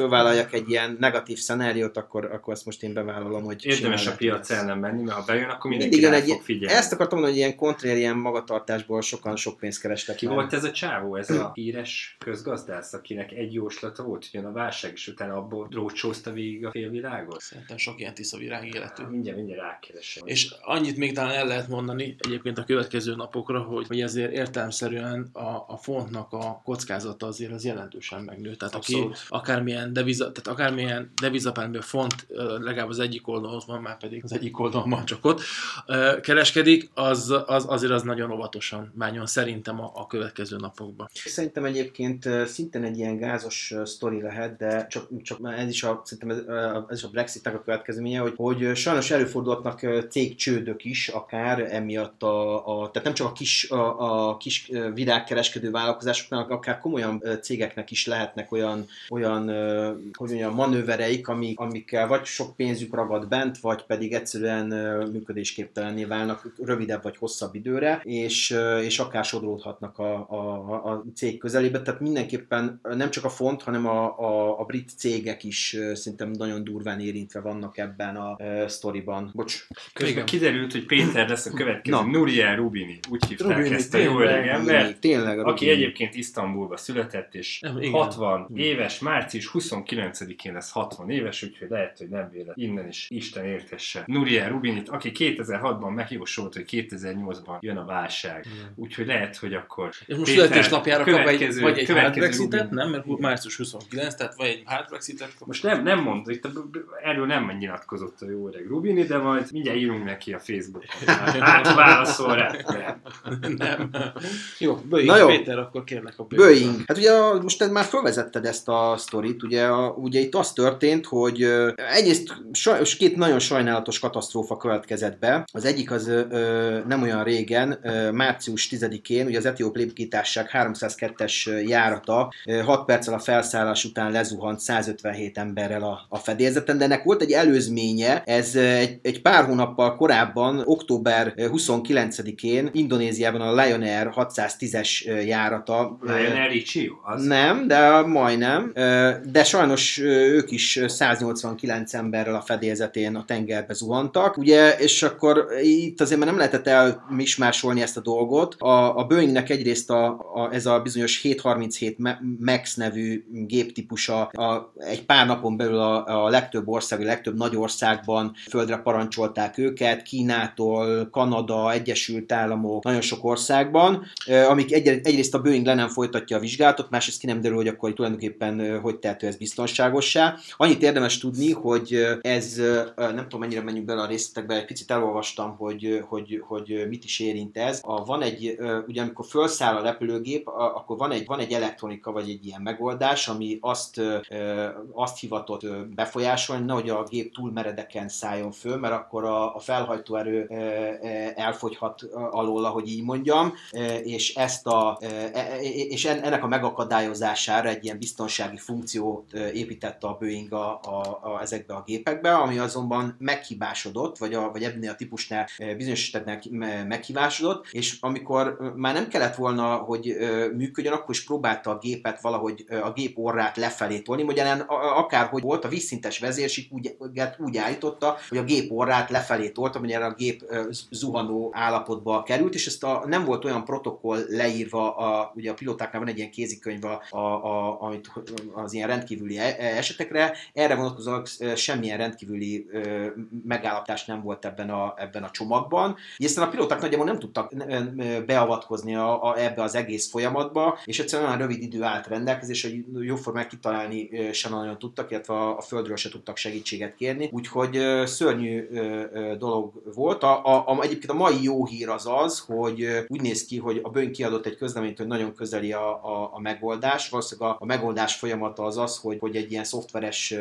fölvállaljak egy ilyen negatív szenáriót, akkor, akkor azt most én bevállalom, hogy érdemes a piac ellen menni, mert ha bejön, akkor mindenki rá fog figyelni. Ezt akartam mondani, hogy ilyen kontrérien magatartásból sokan sok pénzt kerestek. Ki volt ez a csávó, ez a híres közgazdász, akinek egy jóslata volt, hogy jön a válság, és utána abból drócsózta végig a félvilágot? Szerintem sok ilyen tiszta virág életű. Mindjárt, mindjárt rákeresem. És annyit még talán el lehet mondani egyébként a következő napokra, hogy, hogy ezért értelemszerűen a, a fontnak a kockázata azért az jelentősen megnő. Tehát Abszolút. aki akármilyen deviza, tehát akármilyen devizapárban font legalább az egyik oldalon van, már pedig az egyik oldalon van csak ott, kereskedik, az, az azért az nagyon óvatosan bánjon szerintem a, a következő napokban. Szerintem egyébként szintén egy ilyen gázos sztori lehet, de csak, csak ez is a, szerintem ez, ez is a Brexitnek a következménye, hogy, hogy sajnos előfordulhatnak cégcsődök is, akár emiatt a, a tehát nem csak a kis, a, a kis virágkereskedő vállalkozásoknak, akár komolyan cégeknek is lehetnek olyan, olyan hogy mondjam, manővereik, amik, amikkel vagy sok pénzük ragad bent, vagy pedig egyszerűen működésképtelenné válnak rövidebb vagy hosszabb időre, és, és akár sodródhatnak a, a, a cég közelébe. Tehát mindenképpen nem csak a font, hanem a, a, a brit cégek is szerintem nagyon durván érintve vannak ebben a uh, sztoriban. Bocs. Közben kiderült, hogy Péter lesz a következő. Na. Nouriel Rubini. Úgy hívták Rubini, ezt a jó öreg embert, Tényleg, aki egyébként Isztambulba született, és Igen. hatvan éves, március huszonkilencedikén lesz hatvan éves, úgyhogy lehet, hogy nem vélet. Innen is Isten értesse Nouriel Rubinit, aki kétezer-hatban megjósolt, hogy kétezer-nyolcban jön a válság. Igen. Úgyhogy lehet, hogy akkor És most születésnapjára kap egy, következő- vagy egy hard következő Brexitet, Rubin. nem? Mert március huszonkilenc, tehát vagy egy hard Brexitet kap. Most nem, nem mond, itt a, erről nem nyilatkozott a jó öreg Rubini, de majd mindjárt írunk neki a Facebookon. Hát válaszol rá. Nem. Jó, Boeing, Na jó. Péter, akkor kérlek a Boeing. Hát ugye a, most te már felvezetted ezt a sztorit, ugye, a, ugye itt az történt, hogy ö, egyrészt saj, két nagyon sajnálatos katasztrófa következett be. Az egyik az ö, nem olyan régen, ö, március tizedikén, ugye az Etióp légitársaság háromszázkettes járata ö, hat perccel a felszállás után lezuhant százötvenhét emberrel a, a fedélzeten, de ennek volt egy előzménye, ez egy, egy pár hónappal korábban, október huszonkilencedikén Indonéziában a Lion Air hatszáztízes járata. Lion Air Riccio? Az? Nem, de majdnem. De sajnos ők is száznyolcvankilenc emberrel a fedélzetén a tengerbe zuhantak. Ugye, és akkor itt azért már nem lehetett elmismásolni ezt a dolgot. A, a Boeingnek egyrészt a, a, ez a bizonyos hétszázharminchét MAX nevű géptípusa a, egy pár napon belül a, a legtöbb ország, a legtöbb nagy országban földre parancsolták őket, Kínától, Kanada, Egyesült Államok, nagyon sok országban, amik egy, egyrészt a Boeing le nem folytatja a vizsgálatot, másrészt ki nem derül, hogy akkor tulajdonképpen hogy tehető ez biztonságossá. Annyit érdemes tudni, hogy ez, nem tudom mennyire menjünk bele a részletekbe, egy picit elolvastam, hogy, hogy, hogy mit is érint ez. A, van egy, ugye amikor felszáll a repülőgép, akkor van egy, van egy elektronika, vagy egy ilyen megoldás, ami azt, azt hivatott befolyásolni, nehogy a gép túl meredeken szálljon föl, mert akkor a, a felhajtóerő elfogyhat alól, hogy így mondjam, és ezt a, és ennek a megakadályozására egy ilyen biztonsági funkciót építette a Boeing a, a, a, ezekbe a gépekbe, ami azonban meghibásodott, vagy, a, vagy ebben a típusnál bizonyos eseteknek meghibásodott, és amikor már nem kellett volna, hogy működjön, akkor is próbálta a gépet valahogy a gép orrát lefelé tolni, magyarán akárhogy volt, a vízszintes vezérsík úgy, úgy állította, hogy a gép orrát lefelé tolta, magyarán a gép zuhanó állapotba került, és ezt a, nem volt olyan protokoll leírva, a, ugye a pilótáknál van egy ilyen kézikönyv, a, a, amit az ilyen rendkívüli esetekre, erre vonatkozóan semmilyen rendkívüli ö, megállapítás nem volt ebben a, ebben a csomagban. És aztán a pilóták nagyjából nem tudtak beavatkozni a, a, ebbe az egész folyamatba, és egyszerűen olyan rövid idő állt rendelkezésre, hogy jóformán kitalálni sem nagyon tudtak, illetve a, a földről se tudtak segítséget kérni, úgyhogy ö, szörnyű ö, ö, dolog volt. A, a, a, egyébként a mai jó hír az az, hogy ö, úgy néz ki, hogy a Boeing kiadott egy közleményt, hogy nagyon közeli a, a, a megoldás. Valószínűleg a, a megoldás folyamata az az, hogy, hogy egy ilyen szoftveres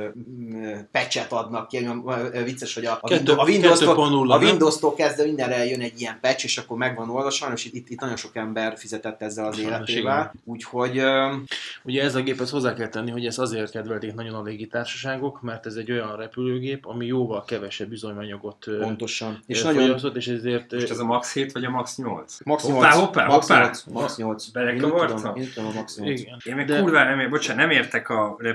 patchet adnak ki. Vicces, hogy a, a, Kettő, a Windows-tól, a Windows-tól kezdve mindenre jön egy ilyen patch, és akkor megvan oldva. Sajnos itt, itt nagyon sok ember fizetett ezzel az életével. Úgyhogy... Ugye ez a géphez hozzá kell tenni, hogy ezt azért kedvelték nagyon a légitársaságok, mert ez egy olyan repülőgép, ami jóval kevesebb üzemanyagot pontosan. És nagyon... és ezért... Most ez a Max hét vagy a Max nyolc? Max hoppá, nyolc. hoppá, Max hoppá. nyolc. Max nyolc. Belekavartam? Én tudom a Max nyolc. Én meg de... kurvára nem, bocsánat, nem értek a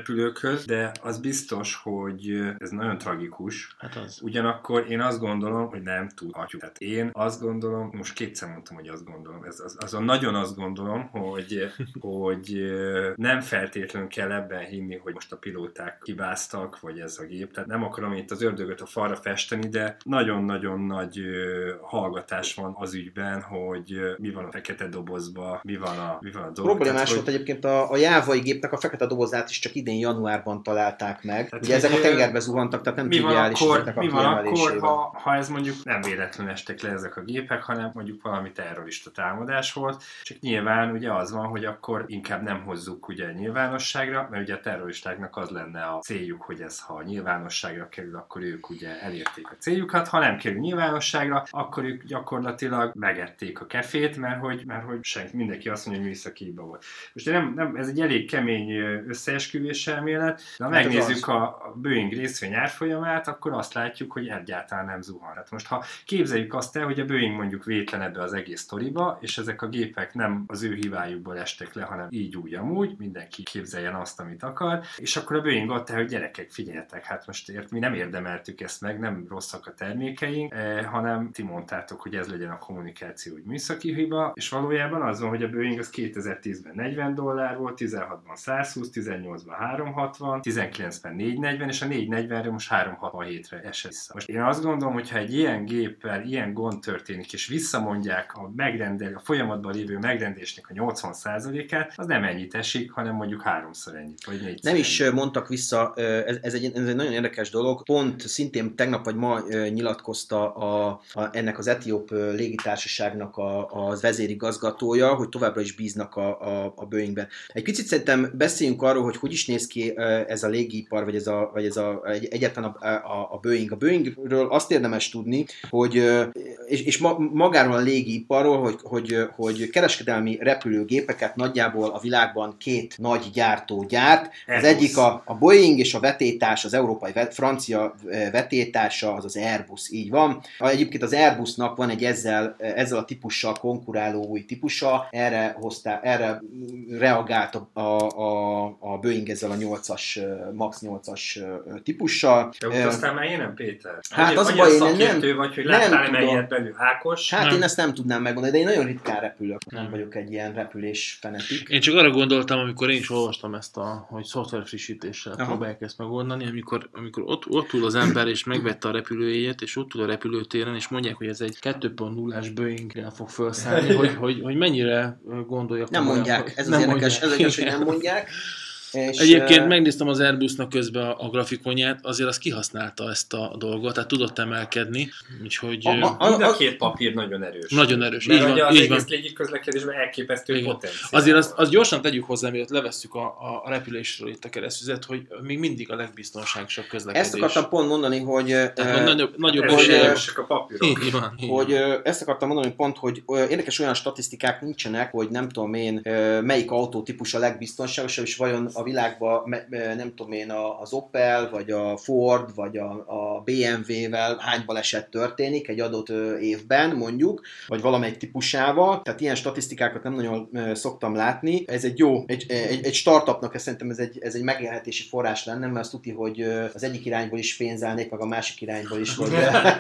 repülőkhöz, de az biztos, hogy ez nagyon tragikus. Hát az. Ugyanakkor én azt gondolom, hogy nem tudhatjuk. Tehát én azt gondolom, most kétszer mondtam, hogy azt gondolom, ez az, azon nagyon azt gondolom, hogy, hogy nem feltétlenül kell ebben hinni, hogy most a pilóták hibáztak, vagy ez a gép. Tehát nem akarom itt az ördögöt a falra festeni, de nagyon-nagyon nagy hallgatás van az ügyben, hogy mi van a fekete dobozban, mi van a, mi van a dolog. Problémás tehát, volt hogy... egyébként a, a jávai gépnek a fekete dobozát is csak idén januárban találták meg. Tehát, ugye ezek a tengerbe zuhantak, tehát nem mi triviális van akkor, ezeknek a mi van kiemelésében. akkor, ha, ha ez mondjuk nem véletlenül estek le ezek a gépek, hanem mondjuk valami terrorista támadás volt, csak nyilván ugye az van, hogy akkor inkább nem hozzuk ugye nyilvánosságra, mert ugye a terroristáknak az lenne a céljuk, hogy ez ha nyilvánosságra kerül, akkor ők ugye elérték a céljukat, ha nem kerül nyilvánosságra, akkor ők gyakorlatilag megették a kefét, mert hogy, mert hogy senki, mindenki azt mondja, hogy műszakiba volt. Most nem, nem, ez egy elég kemény összeesküvés elmélet, de ha hát megnézzük a, a Boeing részvény árfolyamát, akkor azt látjuk, hogy egyáltalán nem zuhan. Hát most ha képzeljük azt el, hogy a Boeing mondjuk vétlen ebbe az egész sztoriba, és ezek a gépek nem az ő hibájukból estek le, hanem így úgy amúgy, mindenki képzeljen azt, amit akar, és akkor a Boeing ott el, hogy gyerekek, figyeljetek, hát most ért, mi nem érdemeltük ezt meg, nem rosszak a termékeink, eh, hanem ti mondtátok, hogy ez legyen a kommunikáció, hogy műszaki hiba, és valójában az van, hogy a Boeing az kétezer-tízben negyven dollár volt, tizenhatban százhúsz, tizennyolcban háromszázhatvan, tizenkilencben négyszáznegyven, és a négyszáznegyvenre most háromszázhatvanhétre esett vissza. Most én azt gondolom, hogy ha egy ilyen géppel ilyen gond történik, és visszamondják a megrendel, a folyamatban lévő megrendelésnek a nyolcvan százalékát, az nem ennyit esik, hanem mondjuk háromszor ennyit, vagy négyszer Nem is ennyit. mondtak vissza, ez, ez, egy, ez egy nagyon érdekes dolog, pont szintén tegnap vagy ma nyilatkozta a, a, ennek az etióp légitársaságnak a, az vezérigazgatója, hogy továbbra is bíznak a, a, a Boeingben. Egy picit szerintem beszéljünk arról, hogy hogy is néz ki ez a légipar, vagy ez a, vagy ez a egy, egyáltalán a, a, a Boeing. A Boeingről azt érdemes tudni, hogy és, és ma, magáról a légiparról, hogy, hogy, hogy kereskedelmi repülőgépeket nagyjából a világban két nagy gyártó gyárt. Az egyik a, a Boeing, és a vetétárs, az európai francia vetétársa, az az Airbus, így van. Egyébként az Airbusnak van egy ezzel, ezzel a típussal konkuráló új típusa, erre, hoztá, erre reagált a, a, a Boeing ezzel a nyolcas, max nyolcas típussal. De úgy aztán már én nem, Péter. Hát Annyi, az baj, én nem, vagy, hogy láttál nem ilyet belül, Ákos? Hát nem. Én ezt nem tudnám megmondani, de én nagyon ritkán repülök. Nem, nem vagyok egy ilyen repülés fenetik. Én csak arra gondoltam, amikor én is olvastam ezt, a, hogy szoftver frissítéssel Aha. próbálják ezt megoldani, amikor, amikor ott, ott ül az ember, és megvette a repülőjegyet, és ott ül a repülőtéren, és mondják, hogy ez egy kettő pont nullás Boeing-re fog felszállni, hogy, hogy, hogy mennyire gondolja. Nem mondják, ez az nem érdekes, mondják. ez érdekes, hogy nem mondják. És Egyébként megnéztem az Airbusnak közben a, a grafikonját, azért az kihasználta ezt a dolgot, tehát tudott emelkedni, úgyhogy... A, a, a, Mind a két papír nagyon erős. Nagyon erős, Mert így van, ugye az így egész van. légiközlekedésben elképesztő Igen. potenciál. Azért azt, azt gyorsan tegyük hozzá, mielőtt levesszük a, a, a repülésről itt a keresztüzet, hogy még mindig a legbiztonságosabb közlekedés. Ezt akartam pont mondani, hogy... Tehát, uh, nagyobb, nagyobb Ez hogy, erősek a papírok. Így van, így hogy van. ezt akartam mondani, hogy pont, hogy érdekes olyan statisztikák nincsenek, hogy nem tudom én, melyik autótípus a legbiztonságosabb, és vajon a világban, nem tudom én, az Opel, vagy a Ford, vagy a, a bé em vé-vel hány baleset történik egy adott évben, mondjuk, vagy valamelyik típusával. Tehát ilyen statisztikákat nem nagyon szoktam látni. Ez egy jó, egy, egy, egy startupnak szerintem ez egy, ez egy megélhetési forrás lenne, mert azt tudni, hogy az egyik irányból is pénzelnék, meg a másik irányból is, hogy,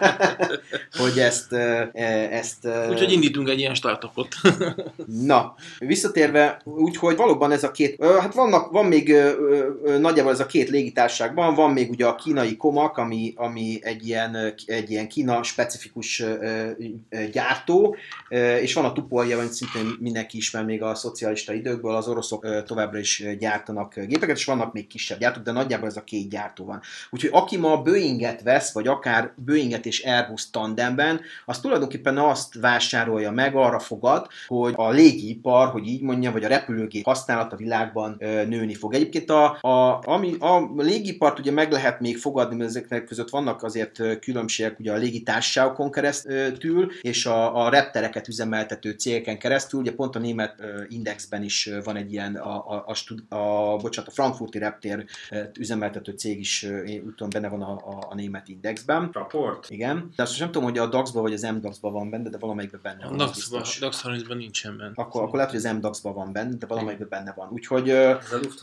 hogy ezt, ezt... Úgyhogy indítunk egy ilyen startupot. Na, visszatérve, úgyhogy valóban ez a két, hát vannak, van még nagyjából ez a két légitársaságban, van még ugye a kínai Comac, ami, ami egy ilyen, egy ilyen Kína specifikus gyártó, és van a Tupolev, amit szintén mindenki ismer még a szocialista időkből, az oroszok továbbra is gyártanak gépeket, és vannak még kisebb gyártók, de nagyjából ez a két gyártó van. Úgyhogy aki ma Boeinget vesz, vagy akár Boeinget és Airbus tandemben, az tulajdonképpen azt vásárolja meg, arra fogad, hogy a légipar, hogy így mondja, vagy a repülőgép használat a világban nőni fog. Egyébként a, a, ami, a légipart ugye meg lehet még fogadni, mert ezeknek között vannak azért különbségek ugye a légitársaságokon keresztül, és a, a reptereket üzemeltető cégeken keresztül, ugye pont a német indexben is van egy ilyen, a, a, a, a, bocsánat, a frankfurti reptér üzemeltető cég is, én úgy tudom, benne van a, a, a német indexben. Rapport? Igen. De azt most nem tudom, hogy a dax-ban vagy az em dax-ban van benne, de valamelyikben benne van. A dax harmincban nincsen benne. Akkor, akkor lehet, hogy az em dax-ban van benne, de valamelyikben benne van. Úgyhogy... Ez a Lufthansa.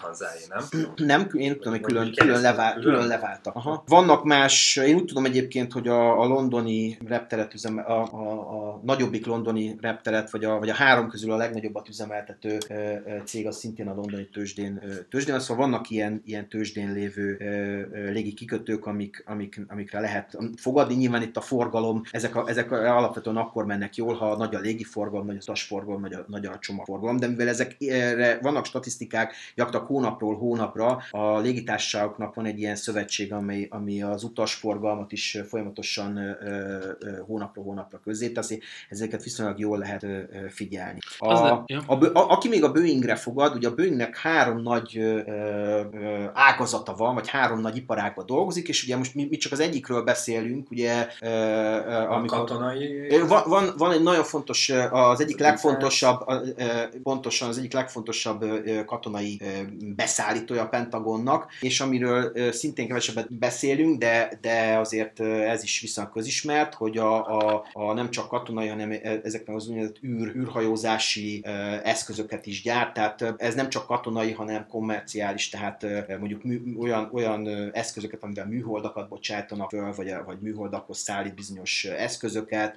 Lufthansa-i, nem? Nem, én tudom, hogy külön, külön, levál, külön leváltak. Aha. Vannak más, én úgy tudom egyébként, hogy a, a londoni repteret üzemel, a, a, a nagyobbik londoni repteret, vagy a, vagy a három közül a legnagyobbat üzemeltető ö, ö, cég az szintén a londoni tőzsdén, ö, tőzsdén. Szóval vannak ilyen, ilyen tőzsdén lévő ö, ö, légi kikötők, amik, amik, amikre lehet fogadni. Nyilván itt a forgalom, ezek, a, ezek alapvetően akkor mennek jól, ha nagy a légiforgalom, nagy az utasforgalom, nagy a, nagy a csomagforgalom, de mivel ezekre vannak statisztikák, gyakorlatilag hónapról hónapra a légitársaságoknak van egy ilyen szövetség, ami, ami az utasforgalmat is folyamatosan ö, ö, hónapról hónapra közzéteszi, ezeket viszonylag jól lehet ö, figyelni. A, le, ja. a, a, aki még a Boeingre fogad, ugye a Boeingnek három nagy ö, ö, ágazata van, vagy három nagy iparágban dolgozik, és ugye most mi, mi csak az egyikről beszélünk, ugye ö, ö, amikor... A katonai... Van, van, van egy nagyon fontos, az egyik legfontosabb, pontosan az egyik legfontosabb katonai beszállítója a Pentagonnak, és amiről szintén kevesebbet beszélünk, de, de azért ez is viszonylag közismert, hogy a, a, a nem csak katonai, hanem ezeknek az úgynevezett űr, űrhajózási eszközöket is gyárt, tehát ez nem csak katonai, hanem kommerciális, tehát mondjuk mű, olyan, olyan eszközöket, amivel műholdakat bocsájtanak föl, vagy, vagy műholdakhoz szállít bizonyos eszközöket,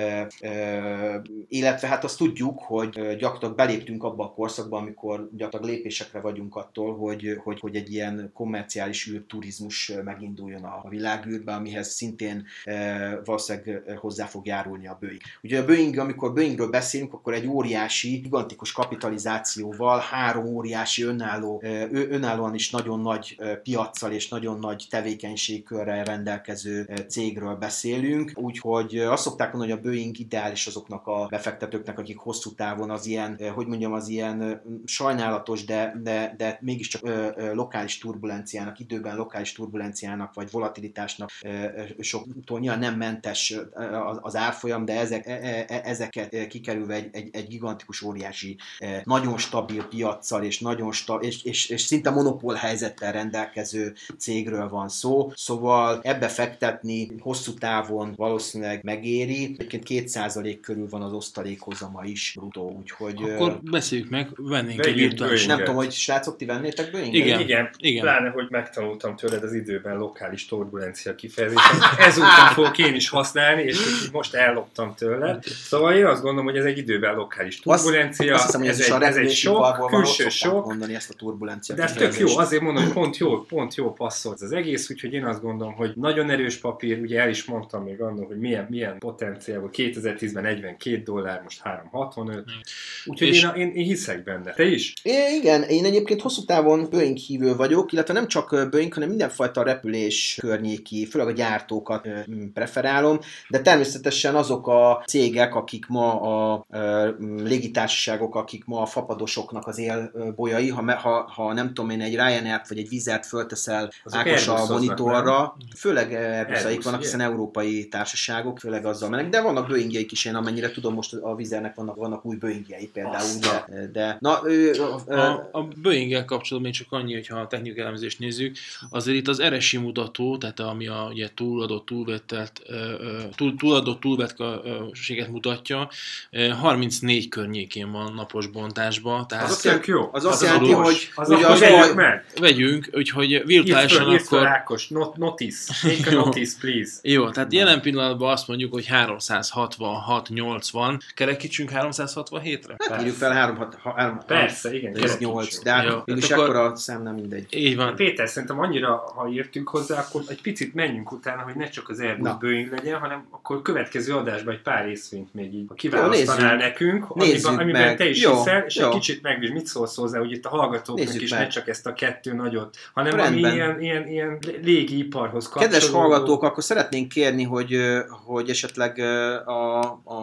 illetve hát azt tudjuk, hogy gyakorlatilag beléptünk abba a korszakba, amikor gyakorlatilag lépésekre vagyunk attól, hogy, hogy, hogy egy ilyen kommerciális űrturizmus meginduljon a világűrbe, amihez szintén valószínűleg hozzá fog járulni a Boeing. Ugye a Boeing, amikor Boeingről beszélünk, akkor egy óriási, gigantikus kapitalizációval, három óriási önálló, önállóan is nagyon nagy piaccal és nagyon nagy tevékenységkörrel rendelkező cégről beszélünk, úgyhogy azt szokták mondani, hogy a Boeing ideális azoknak a befektetőknek, akik hosszú távon az ilyen, hogy mondjam, az ilyen sajnálatos, de, de, de mégiscsak ö, ö, lokális turbulenciának, időben lokális turbulenciának, vagy volatilitásnak ö, ö, soktól nyilván nem mentes az, az árfolyam, de ezek, e, e, ezeket kikerülve egy, egy, egy gigantikus, óriási, nagyon stabil piaccal, és, nagyon sta, és, és, és szinte monopól helyzettel rendelkező cégről van szó, szóval ebbe fektetni hosszú távon valószínűleg megéri. Egyébként két százalék körül van az osztalékhozama is brutó, úgyhogy... Akkor beszéljük meg, vennénk egy Vegyünk virtuális. Nem tudom, hogy srácok, ti vennétek Boeinget? Igen. Igen, Igen. Pláne, hogy megtanultam tőled az időben lokális turbulencia kifejezést. Ezután fogok én is használni, és most elloptam tőled. Szóval én azt gondolom, hogy ez egy időben lokális turbulencia. Azt, azt hiszem, hogy ez, ez, egy, egy, ez egy sok, külső sok. Mondani ezt a turbulencia de ez tök jó, azért mondom, hogy pont jó, pont jó passzolt az egész, úgyhogy én azt gondolom, hogy nagyon erős papír, ugye el is mondtam még annól, hogy milyen, milyen potenciál volt, kétezer-tízben negyvenkét dollár, most három hatvanöt. Úgyhogy én, én, én hiszek benne. Te is? É, igen, én egyébként hosszú távon Boeing hívő vagyok, illetve nem csak Boeing, hanem mindenfajta repülés környéki, főleg a gyártókat preferálom, de természetesen azok a cégek, akik ma a, a légitársaságok, akik ma a fapadosoknak az élbolyai, ha, ha, ha nem tudom én, egy Ryanair-t vagy egy Wizz-t fölteszel Ákos a monitorra, nem? Főleg Airbusaik vannak, hiszen európai társaságok, főleg azzal mennek, de vannak Boeingjeik is, én amennyire tudom, most a Wizz-nek vannak, vannak új Boeingjei például, de, de na, ő, a, a, a Boeing-el kapcsolatban csak annyi, hogyha a technikai elemzést nézzük, azért itt az er es i mutató, tehát ami a ugye, túladott túlvettet, túl, túladott túlvettséget mutatja, harmincnégy környékén van napos bontásban. Tehát az azt jelenti, jó. Az azt jelenti, hogy az az az az meg. Vegyünk, úgyhogy virtuálisan akkor... Írd föl, Ákos, not, notice. Take a notice, please. Jó, tehát no. Jelen pillanatban azt mondjuk, hogy háromszázhatvanhat nyolcvan. Kerekítsünk háromszázhatvanhétre? Hát írjuk fel három, három, persze, igen. nyolc, de hát mégis ekkora a szám nem mindegy. Így van. Péter, szerintem annyira, ha értünk hozzá, akkor egy picit menjünk utána, hogy ne csak az Airbus Boeing legyen, hanem akkor a következő adásban egy pár részvényt még így kiválasztanál nekünk, amiben, amiben te is jó, hiszel, és jó. Egy kicsit megvizsgálj, mit szólsz hozzá, hogy itt a hallgatóknak nézzük is meg. Ne csak ezt a kettő nagyot, hanem rendben. Ami ilyen, ilyen, ilyen légiiparhoz kapcsolódó. Kedves hallgatók, akkor szeretnénk kérni, hogy, hogy esetleg a,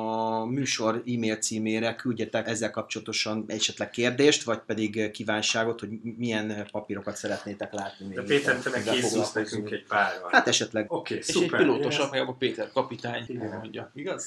a műsor e-mail címére küldjetek ezzel kapcsolatosan esetleg kérdést, vagy pedig kívánságot, hogy milyen papírokat szeretnétek látni. De Péter, te meg készülsz nekünk egy párral. Hát esetleg. Oké, okay, szuper. És egy pilótos apjába Péter kapitány mondja. Igaz?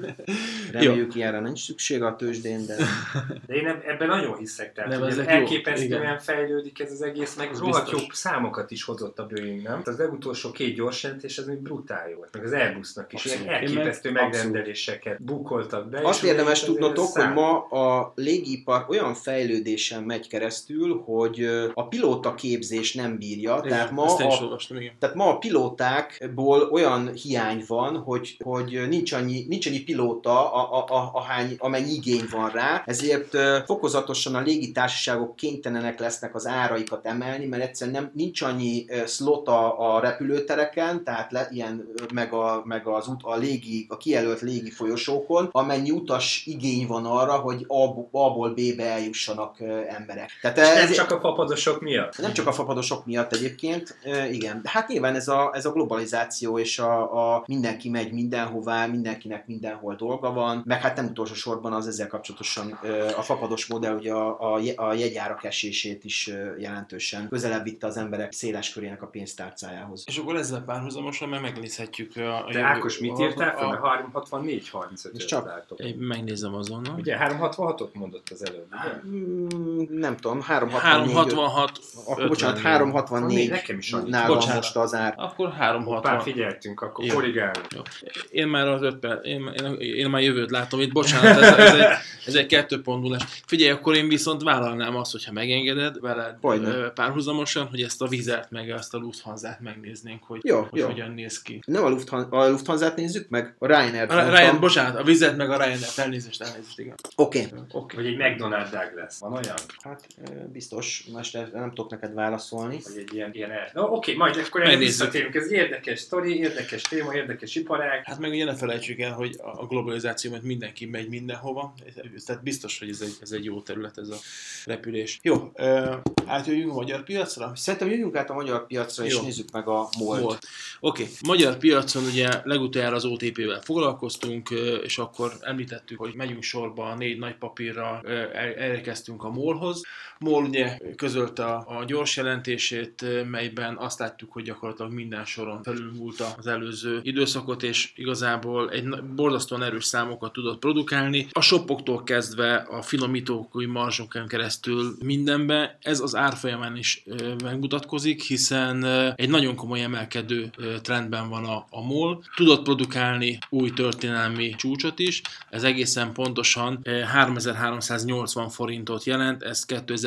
Reméljük, ilyenre nincs szükség a tőzsdén, de... De én ebben nagyon hiszek, tehát elképesztően fejlődik ez az egész, meg rohadt jobb számokat is hozott a Boeing, nem? Az legutolsó két gyors jelentés, ez még brutál jó. Meg az Airbusnak is ilyen elképesztő megrendeléseket bukoltak be. Azt érdemes tudnotok, hogy ma a légipar olyan fejlődésen megy keresztül, keresztül, hogy a pilóta képzés nem bírja, igen, tehát ma, a, olvastam, tehát ma a pilótákból olyan hiány van, hogy, hogy nincs, annyi, nincs annyi pilóta, a, a, a, ahány, amennyi igény van rá, ezért fokozatosan a légitársaságok kénytelenek lesznek az áraikat emelni, mert egyszerűen nem, nincs annyi slot a, a repülőtereken, tehát le, ilyen, meg, a, meg az út, a, légi, a kijelölt légi folyosókon, amennyi utas igény van arra, hogy A-ból B-be eljussanak emberek. Tehát ez, ez nem csak a fapadosok miatt? Nem csak a fapadosok miatt egyébként, igen. De hát nyilván ez a, ez a globalizáció, és a, a mindenki megy mindenhová, mindenkinek mindenhol dolga van, meg hát nem utolsó sorban az ezzel kapcsolatosan a fapados modell ugye a, a, a jegyárak esését is jelentősen közelebb vitte az emberek széles körének a pénztárcájához. És akkor ezzel párhuzamosan már megnézhetjük a... De Ákos, mit írtál fel? A háromszázhatvannégy harmincöt csak megnézem azonnal. Ugye háromszázhatvanhatot mondott az előbb, ugye? Nem tudom, háromszázhatvanhat. Akkor bocsánat, háromszázhatvannégy nekem is nálam most az ár. Akkor háromszázhatvan. Pár figyeltünk, akkor korrigálunk. Én már az öt perc, én, én, én már jövőt látom itt, bocsánat, ez, ez, egy, ez egy kettő pont nullás. Figyelj, akkor én viszont vállalnám azt, hogyha megengeded veled párhuzamosan, hogy ezt a Vizert meg ezt a Lufthansa-t megnéznénk, hogy, jó, hogy jó. hogyan néz ki. Nem a, Lufthansa, a Lufthansa-t nézzük meg? A Ryanair-t. A Ryan, bocsánat, a Vizert meg a Ryanair-t, elnézést, elnézést, igen. Oké. Okay. Okay. Vagy egy McDonald's Douglas, van olyan? Hát biztos, most nem tudok neked válaszolni. Vagy egy ilyen, ilyen el... No, oké, okay, majd akkor erre visszatérünk. Ez érdekes sztori, érdekes téma, érdekes iparág. Hát meg ugye ne felejtsük el, hogy a globalizáció, mert mindenki megy mindenhova. Tehát biztos, hogy ez egy, ez egy jó terület, ez a repülés. Jó, átjöjjünk a magyar piacra? Szerintem jöjjünk át a magyar piacra, és jó. Nézzük meg a MOL-t. Oké, okay. Magyar piacon ugye legutoljára az o té pé-vel foglalkoztunk, és akkor említettük, hogy megyünk sorba a négy nagy papírra, elérkeztünk a MOL-hoz. MOL ugye közölte a, a gyors jelentését, melyben azt látjuk, hogy gyakorlatilag minden soron felülmúlta az előző időszakot, és igazából egy borzasztóan erős számokat tudott produkálni. A shoppoktól kezdve a finomítókúj marzsokon keresztül mindenbe, ez az árfolyamán is megmutatkozik, hiszen egy nagyon komoly emelkedő trendben van a, a MOL. Tudott produkálni új történelmi csúcsot is, ez egészen pontosan háromezer-háromszáznyolcvan forintot jelent, ez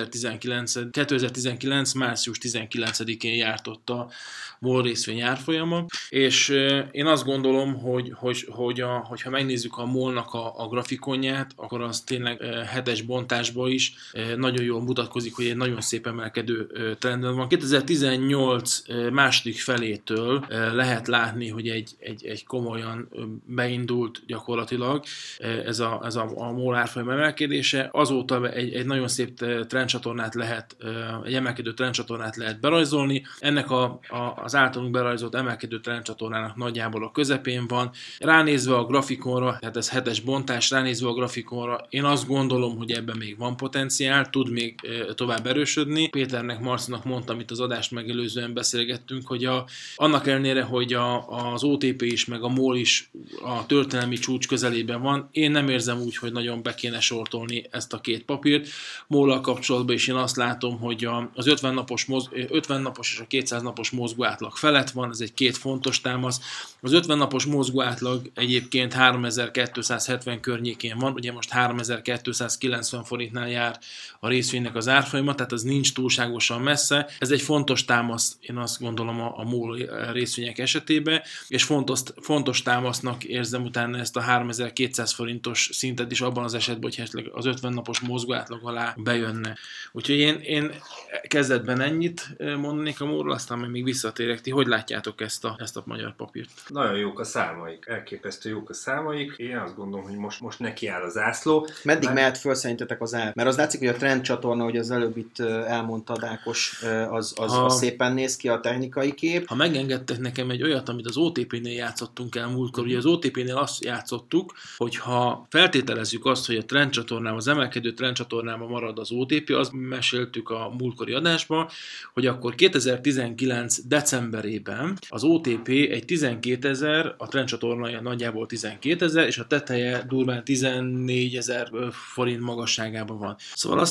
kétezer-tizenkilenc március tizenkilencedikén jártott a MOL részvény árfolyama, és én azt gondolom, hogy, hogy, hogy a, hogyha megnézzük a MOL-nak a, a grafikonját, akkor az tényleg hetes bontásban is nagyon jól mutatkozik, hogy egy nagyon szép emelkedő trendben van. kétezer-tizennyolc második felétől lehet látni, hogy egy, egy, egy komolyan beindult gyakorlatilag ez a, ez a, a MOL árfolyam emelkedése. Azóta egy, egy nagyon szép trendcsatornát lehet, egy emelkedő trendcsatornát lehet berajzolni. Ennek a, a, az általunk berajzolt emelkedő trendcsatornának nagyjából a közepén van. Ránézve a grafikonra, tehát ez hetes bontás, ránézve a grafikonra, én azt gondolom, hogy ebben még van potenciál, tud még tovább erősödni. Péternek, Marcinak mondtam, itt az adást megelőzően beszélgettünk, hogy a, annak ellenére, hogy a, az o té pé is, meg a MOL is a történelmi csúcs közelében van, én nem érzem úgy, hogy nagyon be kéne sortolni ezt a két papírt. MOL-al kapcsolatban is én azt látom, hogy a, az ötven napos, moz, ötven napos és a kétszáz napos mozgóátlag felett van, ez egy két fontos támasz. Az ötven napos mozgóátlag egyébként háromezer-kétszázhetven környékén van, ugye most háromezer-kétszázkilencven forintnál jár a részvénynek az árfolyama, tehát az nincs túlságosan messze. Ez egy fontos támasz, én azt gondolom a, a MOL részvények esetében, és fontos, fontos támasznak érzem utána ezt a háromezer-kétszáz forintos szintet is abban az esetben, hogy az ötven napos mozgóátlag alá bejönne. Úgyhogy én, én kezdetben ennyit mondanék a MOL-ról, aztán még visszatérek. Ti hogy látjátok ezt a, ezt a magyar papírt? Nagyon jók a számaik, elképesztő jók a számaik. Én azt gondolom, hogy most, most neki áll az ászló. Meddig Már... mehet föl szerintetek az ár? Mert az látszik, hogy a trendcsatorna, hogy az előbb itt elmondta Ákos, az, az, ha... az szépen néz ki a technikai kép. Ha megengedtek nekem egy olyat, amit az o té pé-nél játszottunk el múltkor, ugye az o té pé-nél azt játszottuk, hogy ha feltételezzük azt, hogy a trendcsatornában, az emelkedő trendcsatornában marad az o té pé, azt meséltük a múltkori adásban, hogy akkor kétezer-tizenkilenc decemberében az o té pé egy tizenkétezer, a trendcsatornája nagyjából tizenkétezer, és a teteje durván tizennégyezer forint magasságában van. Szóval azt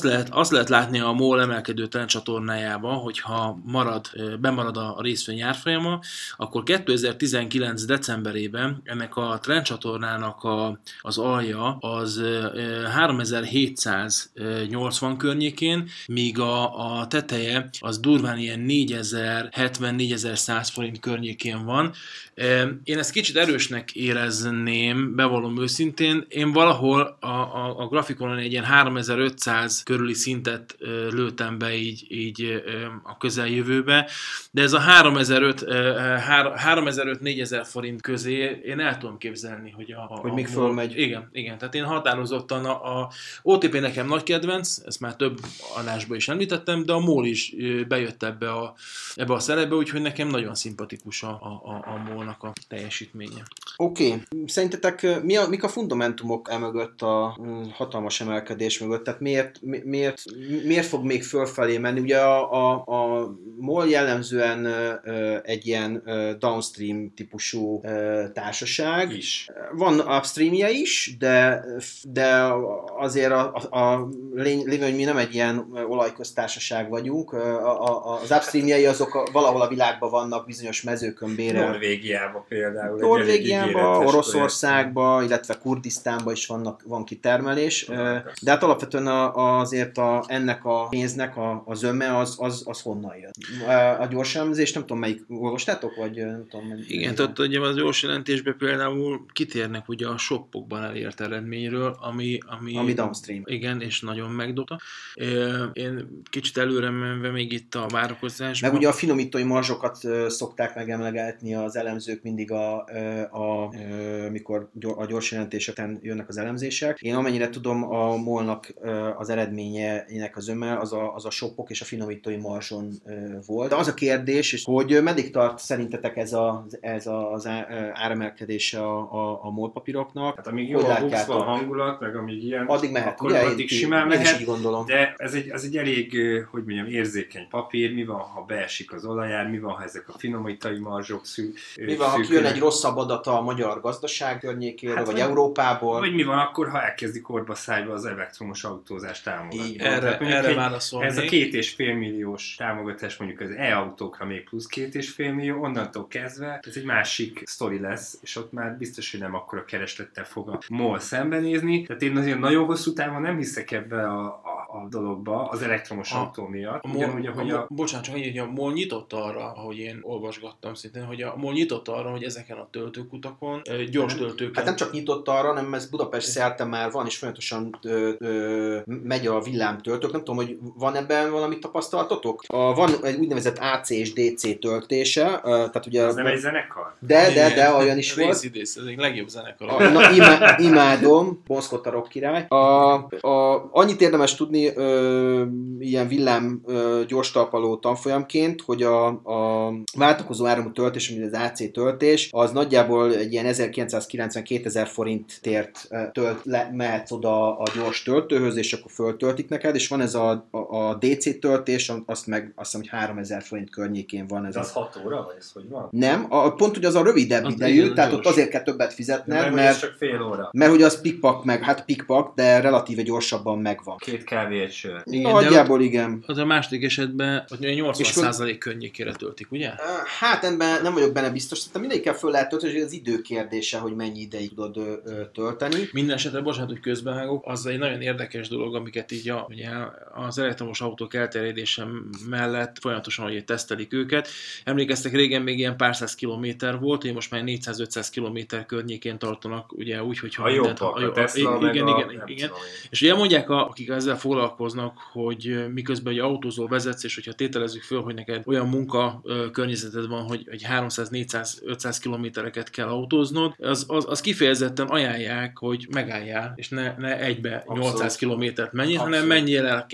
lehet, azt lehet látni a MOL emelkedő trendcsatornájában, hogyha marad, bemarad a részvény árfolyama, akkor kétezer-tizenkilenc decemberében ennek a trendcsatornának a, az alja az háromezer-hétszáznyolcvan környékén, míg a, a teteje az durván ilyen négyezer-hetven-négyezer-száz forint környékén van. Én ezt kicsit erősnek érezném, bevallom őszintén. Én valahol a, a, a grafikonon egy ilyen háromezer-ötszáz körüli szintet lőttem be így, így a közeljövőbe, de ez a háromezer-ötszáz-négyezer forint közé én el tudom képzelni, hogy a... a hogy még a, fölmegy. Igen, igen, tehát én határozottan a, a ó té pé nekem nagy kedvenc, ezt már több adásban is említettem, de a MOL is bejött ebbe a, ebbe a szerepbe, úgyhogy nekem nagyon szimpatikus a, a, a MOL-nak a teljesítménye. Oké, okay. Szerintetek mi a, mik a fundamentumok emögött, a hatalmas emelkedés mögött? Tehát miért, miért, miért fog még fölfelé menni? Ugye a, a, a MOL jellemzően uh, egy uh, downstream típusú uh, társaság. Is. Van upstreamje is, de, de azért a, a, a lény, hogy mi nem egy ilyen olajköztársaság vagyunk. A, a, az upstreamjei azok a, valahol a világban vannak bizonyos mezőkön bérel. Norvégiában például. Norvégiában, Oroszországban, illetve Kurdisztánban is vannak, van kitermelés. De hát alapvetően a, azért a, ennek a pénznek a, a zöme az, az, az honnan jön? A gyors elemzés, nem tudom melyik olvastátok, vagy nem tudom. Igen, tehát ugye az gyors jelentésben például kitérnek ugye a shoppokban elért eredményről, ami... Ami, ami downstream. Igen, és nagyon megdobta. Én kicsit előre menve még itt a várakozásban. Meg ugye a finomítói marzsokat szokták megemlegetni az elemzők mindig, a, a, a, mikor a gyors jelentéseken jönnek az elemzések. Én amennyire tudom, a MOL-nak az eredményének az öme az a, az a shopok és a finomítói marzson volt. De az a kérdés, hogy meddig tart szerintetek ez, a, ez az áremelkedése a, a, a MOL papíroknak? Hát amíg jó a bukszva a hangulat, meg amíg ilyen, addig mehet, akkor ugye? addig Én, simán én mehet, is így gondolom. De ez egy, ez egy elég, hogy mondjam, érzékeny papír. Mi van, ha beesik az olajár, mi van, ha ezek a finomítói marzsok szű, mi van, ha kijön egy rosszabb adata a magyar gazdaság környékéről, hát vagy, vagy Európából? Vagy mi van akkor, ha elkezdi korba szállba az elektromos autózást támogatni? Így, erre, erre válaszolni. Ez a két és fél milliós támogatás mondjuk az e-autókra még plusz két és fél millió, onnantól kezdve ez egy másik sztori lesz, és ott már biztos, hogy nem akkora kereslettel fog a MOL szembenézni. Tehát én azért nagyon hosszú távon nem hiszek ebbe a, a, a dologba, az elektromos a, autó miatt. A MOL, a, a, a, bocsánat, csak hogy a MOL nyitott arra, ahogy én olvasgattam szintén, hogy a MOL nyitott arra, hogy ezeken a töltőkutakon gyors töltőket... Hát nem csak nyitott arra, hanem ez Budapest szerte már van, és folyamatosan ö, ö, megy a villámtöltők. Nem tudom, hogy van ebben valami tapasztalatotok? A, van egy úgynevezett á cé és dé cé töltése. Tehát ugye, ez nem egy zenekar? De, de, de, olyan is volt. Részidész, ez egy legjobb zenekar. A, na, imá, imádom, Bon Scott a rock király. A, a, annyit érdemes tudni ö, ilyen villám ö, gyors talpaló tanfolyamként, hogy a, a váltakozó áramú töltés, mint az á cé töltés, az nagyjából egy ilyen ezerkilencszázkilencven-kétezer forintért tölt, le, mehetsz oda a gyors töltőhöz, és akkor föltöltik neked, és van ez a, a, a dé cé töltés, azt meg azt hiszem, hogy háromezer forint környékén van. Ez de az hat óra, vagy ez hogy van? Nem, a, pont ugye az a rövidebb az idejű, tehát gyors. Ott azért kell többet fizetned, mert, mert, csak fél óra. mert hogy az pikpak meg, hát pikpak, de relatíve gyorsabban megvan. Két kávé egy sör. Igen, nagyjából igen. Az a második esetben nyolcvan százalék környékére töltik, ugye? Hát ebben nem vagyok benne biztos, szerintem mindegyikkel föl lehet tölteni, hogy az idő kérdése, hogy mennyi ideig tudod ö, ö, tölteni. Minden esetre, bocsánat, hogy közbevágok, az egy nagyon érdekes dolog, amiket így a, ugye az elektromos autók elterjedése mellett folyamatosan hogy tesztelik őket. Emlékeztek, régen még ilyen pár száz kilométer volt, hogy most már négyszáz-ötszáz kilométer környékén tartanak, ugye úgy, hogyha a mindent, jobbak, a, a Tesla, igen, igen, a, igen, igen. És ugye mondják, a, akik ezzel foglalkoznak, hogy miközben ugye autózol, vezetsz, és hogyha tételezzük föl, hogy neked olyan munka ö, környezeted van, hogy egy háromszáz-négyszáz-ötszáz kilométereket kell autóznod, az, az, az kifejezetten ajánlják, hogy megálljál, és ne, ne egybe abszolút nyolcszáz kilométert menjél, hanem menjél el kétszázat,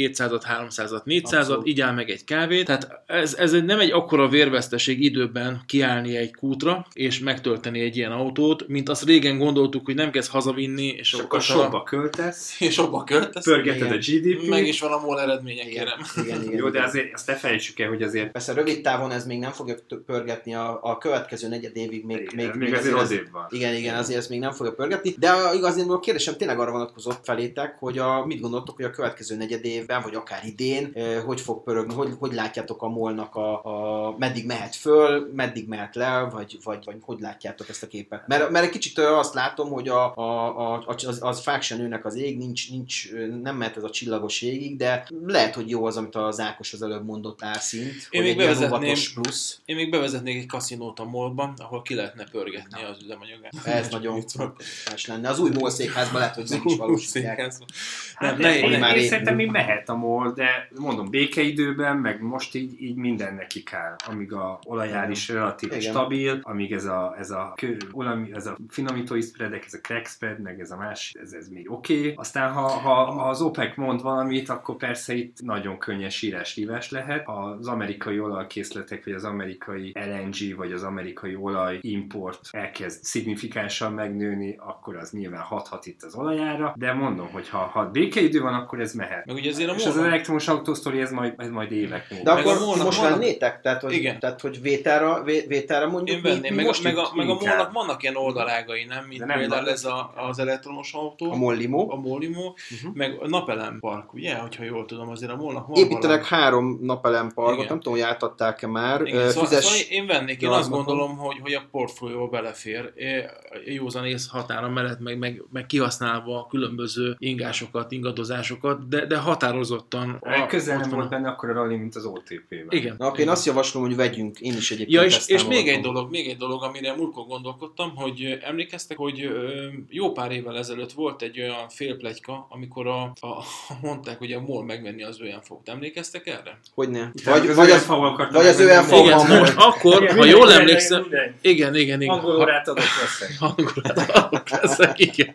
háromszázat, négyszázat, így áll meg egy kávét. Tehát ez, ez nem egy akkora vérveszteség időben kiállni egy kútra, és megtölteni egy ilyen autót, mint azt régen gondoltuk, hogy nem kezd hazavinni, és, és akkor sokba költesz, és sokba költesz, pörgeted a gé dé pé. Meg is van a MOL eredmények, kérem. Igen, igen, Jó, de igen. azért azt ne felejtsük el, hogy azért... Persze rövid távon ez még nem fogja pörgetni, a, a következő negyed évig még, igen, még, még, még azért azért azért van. Igen, igen, azért ezt még nem fogja pörgetni. De a, igazából a kérdésem tényleg arra vonatkozott felétek, hogy a, mit gondoltok, hogy a következő negyed évben, vagy akár idén, eh, hogy fog pörögni, hogy, hogy látjátok a MOL-nak a, a meddig mehet föl, meddig mehet le, vagy, vagy, vagy hogy látjátok ezt a képet? Mert, mert egy kicsit azt látom, hogy a, a, a, az, az fák se nőnek az ég, nincs, nincs, nem mehet ez a csillagos égig, de lehet, hogy jó az, amit az Ákos az előbb mondott árszint, Én hogy még egy ilyen óvatos plusz. Én még bevezetnék egy kaszinót a MOL-ban, ahol ki lehetne pörgetni az üzemanyagát. Ez nagyon más lenne. Az új MOL székházban lehet, hogy meg is valósítják. Hát, nem, én, nem, én, én szerintem még mehet a MOL, de mondom, békeidőben, meg most így, így minden nekik áll, amíg a olajár is relatív igen. stabil, amíg ez a, ez a, kő, olaj, ez a finomítói spreadek, ez a crack spread, meg ez a más, ez, ez még oké. Okay. Aztán ha, ha, ha az OPEC mond valamit, akkor persze itt nagyon könnyes sírás-lívás lehet. Az amerikai olajkészletek, vagy az amerikai el en gé, vagy az amerikai olajimport elkezd szignifikánsan megnőni, akkor az nyilván hathat itt az olajára, de mondom, hogy ha, ha békeidő van, akkor ez mehet. Meg ugye azért a és MOL az elektromos autósztori, ez majd, ez majd évek múlva. De akkor MOL-nak most vannak- vennétek? Tehát, hogy, Igen. tehát, hogy vételre, vé, vételre mondjuk Én venném, meg, most meg, a, itt meg a inkább. MOL-nak vannak ilyen oldalágai, nem? Mint De nem például van. ez a, az elektromos autó, a MOL Limo. a MOL-Limo, Uh-huh. meg a napelem park, ugye? Hogyha jól tudom, azért a MOL-nak van Építenek valami. három napelem-parkot, Igen. nem tudom, hogy átadták-e már. Igen, Ö, szóval, Fizes... szóval én vennék, én azt gazdagon. gondolom, hogy, hogy a portfólióba belefér, józanész határa mellett, meg, meg, meg kihasználva a különböző ingásokat, ingadozásokat, de, de határozottan. A, közel ott nem van volt benne akkor a rally, mint az o té pé-ben. Igen. Na, akkor én azt javaslom, hogy vegyünk, én is egyébként Ja, és, ezt és még támogatom. egy dolog, még egy dolog, amire múltkor gondolkodtam, hogy ö, emlékeztek, hogy ö, jó pár évvel ezelőtt volt egy olyan félpletyka, amikor a, a, mondták, hogy a MOL megvenni az ÖNFO-t. Emlékeztek erre? Hogyne. Vagy, Vagy, vagy, az, vagy az ÖNFO van Igen, most. akkor, ha jól emlékszem, igen, igen, igen. Angolórát adok leszek. Hangulát adok leszek, igen.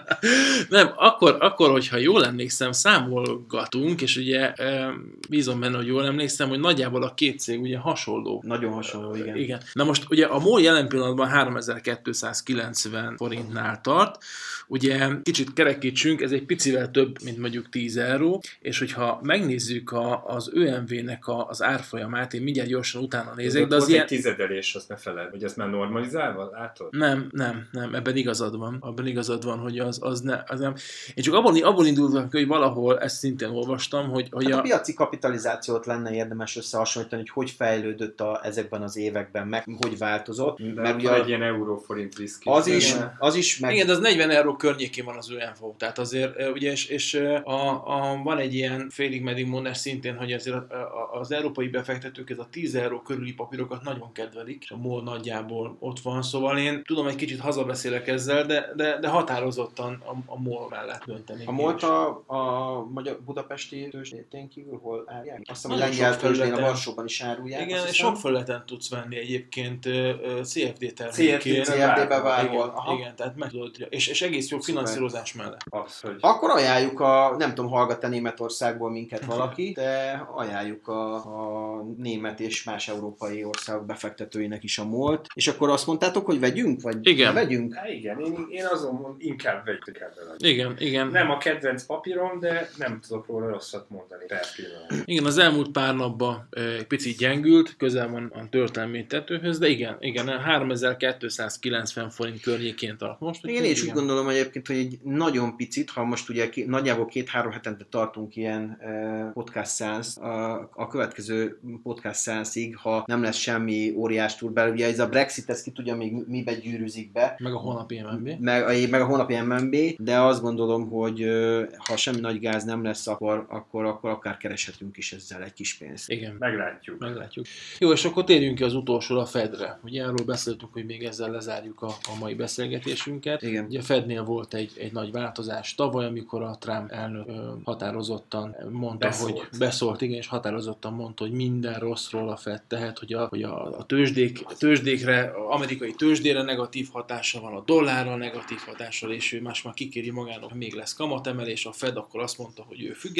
Nem, akkor, akkor, hogyha jól emlékszem, számolgatunk, és ugye e, bízom benne, hogy jól emlékszem, hogy nagyjából a két cég ugye hasonló. Nagyon hasonló, igen. Igen. Na most ugye a MOL jelen pillanatban háromezer-kétszázkilencven forintnál tart, ugye kicsit kerekítsünk, ez egy picivel több, mint mondjuk tíz euró, és hogyha megnézzük a, az ÖMV-nek a, az árfolyamát, én mindjárt gyorsan utána nézek, de az volt ilyen... egy tizedelés, azt ne feled, hogy ezt már normalizálva látod? Nem, nem, nem, ebben igazad van. Abban igazad van, hogy az, az, ne, az nem. Én csak abból, abból indultam ki, hogy valahol ezt szintén olvastam, hogy, hogy Hát a a... piaci kapitalizációt lenne érdemes összehasonlítani, hogy hogy fejlődött a, ezekben az években, meg hogy változott. De Mert ugye ugye a, egy ilyen euróforint risk az is, az is meg... Igen, de az negyven euró környékén van az ÖNFO. Tehát azért, ö, ugye, és, és ö, a, a, van egy ilyen félig meddig mondás szintén, hogy azért a, a, az európai befektetők ez a tíz euró körüli papírokat nagyon kedvelik, és a MOL nagyjából ott van, szóval én tudom, egy kicsit hazabeszélek ezzel, de, de, de határozottan a, a MOL mellett dönteni. A MOL-t a, a magyar budapesti tőzsdén kívül hol árják? Azt hiszem, hogy Nagyon lengyel sok tőzsdén, a területen. Varsóban is árulják. Igen, azt és hiszem. sok felületen tudsz venni egyébként ö, ö, cé ef dé termékén. cé cé ef dé-be Igen, várva. Aha. igen, tehát meg tudod, és, és egész jó finanszírozás mellett. Az, hogy... Akkor ajánljuk a, nem tudom, hallgat-e Németországból minket valaki, de ajánljuk a, a német és más európai országok befektetőinek is a MOL-t. És akkor azt mondtátok, hogy vegyünk? Vagy Igen. ne vegyünk? Há, igen, én, én azon mondom, inkább vegyük ebben. Igen, igen. Nem a kedvenc papírom, de nem tudok róla rosszat mondani. Per pillanat. Igen, az elmúlt pár napban egy picit gyengült, közel van a történelmi tetőhöz, de igen, igen, háromezer-kétszázkilencven forint környékén tart most. Én is úgy gondolom egyébként, hogy egy nagyon picit, ha most ugye ki, nagyjából két-három hetente tartunk ilyen eh, podcast szeánsz, a, a következő podcast szeánszig, ha nem lesz semmi óriás túl belül, ugye ez a Brexit, ez ki tudja még mibe gyűrűzik be, Meg a holnapi em en bé. meg, a- meg a hónapi em en bé, de azt gondolom, hogy eh, ha semmi nagy gáz nem lesz, akkor, akkor, akkor akár kereshetünk is ezzel egy kis pénzt. Igen. Meglátjuk. Meglátjuk. Jó, és akkor térjünk ki az utolsóra, a Fedre. Ugye arról beszéltünk, hogy még ezzel lezárjuk a, a mai beszélgetésünket. Igen. Ugye a Fednél volt egy, egy nagy változás tavaly, amikor a Trump elnök ö, határozottan mondta, Beszólt. hogy beszólt, igen, és határozottan mondta, hogy minden rosszról a Fed tehet, hogy a, hogy a, a tőzsdék, tőzsdékre, a amerikai tőzsdére negatív hatása van, a dollárra negatív hatással, és ő más már kikéri magának, hogy még lesz kamatemelés, a Fed akkor azt mondta, hogy ő független intézmény,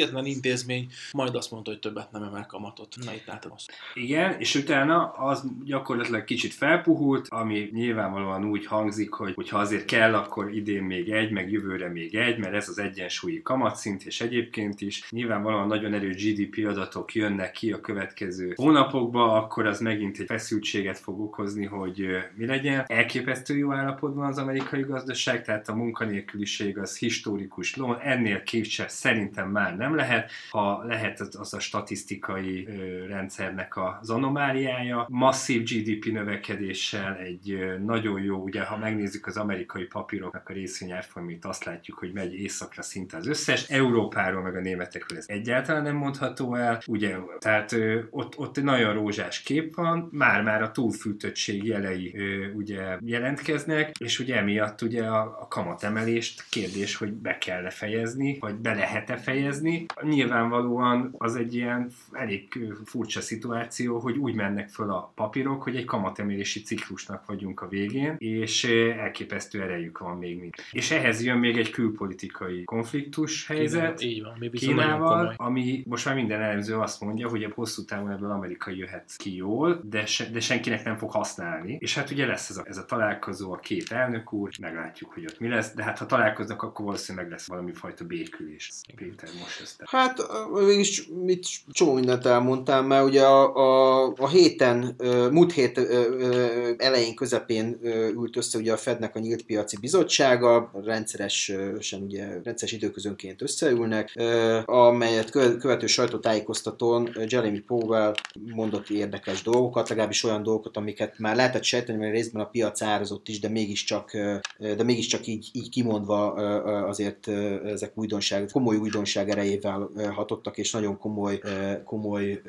intézmény, majd azt mondta, hogy többet nem emel kamatot. Na, itt látom azt. Igen, és utána az gyakorlatilag kicsit felpuhult, ami nyilvánvalóan úgy hangzik, hogy hogyha azért kell, akkor idén még egy, meg jövőre még egy, mert ez az egyensúlyi kamatszint, és egyébként is nyilvánvalóan nagyon erős gé dé pé adatok jönnek ki a következő hónapokban, akkor az megint egy feszültséget fog okozni, hogy mi legyen. Elképesztő jó állapotban az amerikai gazdaság, tehát a munkanélküliség az historikus lón, ennél kisebb szerintem már nem lehet. Ha lehet, az a statisztikai ö, rendszernek az anomáliája. Masszív gé dé pé növekedéssel egy ö, nagyon jó, ugye ha megnézzük az amerikai papíroknak a részvényárfolyamait, azt látjuk, hogy megy északra szinte az összes. Európáról meg a németekről ez egyáltalán nem mondható el. Ugye, tehát ö, ott, ott egy nagyon rózsás kép van, már-már a túlfűtöttség jelei ö, ugye jelentkeznek, és ugye emiatt ugye a, a kamatemelést kérdés, hogy be kell-e fejezni, vagy be lehet-e fejezni. Nyilvánvalóan az egy ilyen elég furcsa szituáció, hogy úgy mennek föl a papírok, hogy egy kamatemelési ciklusnak vagyunk a végén, és elképesztő erejük van még mind. És ehhez jön még egy külpolitikai konfliktus helyzet Így van, mi Kínával, ami most már minden elemző azt mondja, hogy a hosszú távon ebből Amerika jöhet ki jól, de, se, de senkinek nem fog használni. És hát ugye lesz ez a, ez a találkozó, a két elnök úr, meglátjuk, hogy ott mi lesz, de hát ha találkoznak, akkor valószínűleg meg lesz valami fajta békülés. Péter, most ezt. Hát mégis mit csomó mindent elmondtam, mert ugye a, a, a héten, múlt hét elején, közepén ült össze ugye a Fednek a nyílt piaci bizottsága, rendszeresen ugye rendszeres időközönként összeülnek, amelyet követő sajtótájékoztatón Jeremy Powell mondott érdekes dolgokat, legalábbis olyan dolgokat, amiket már lehetett sejteni, mert részben a piac árazott is, de mégiscsak, de mégiscsak így, így kimondva azért ezek újdonság, komoly újdonság erejével hatottak, és nagyon komoly, komoly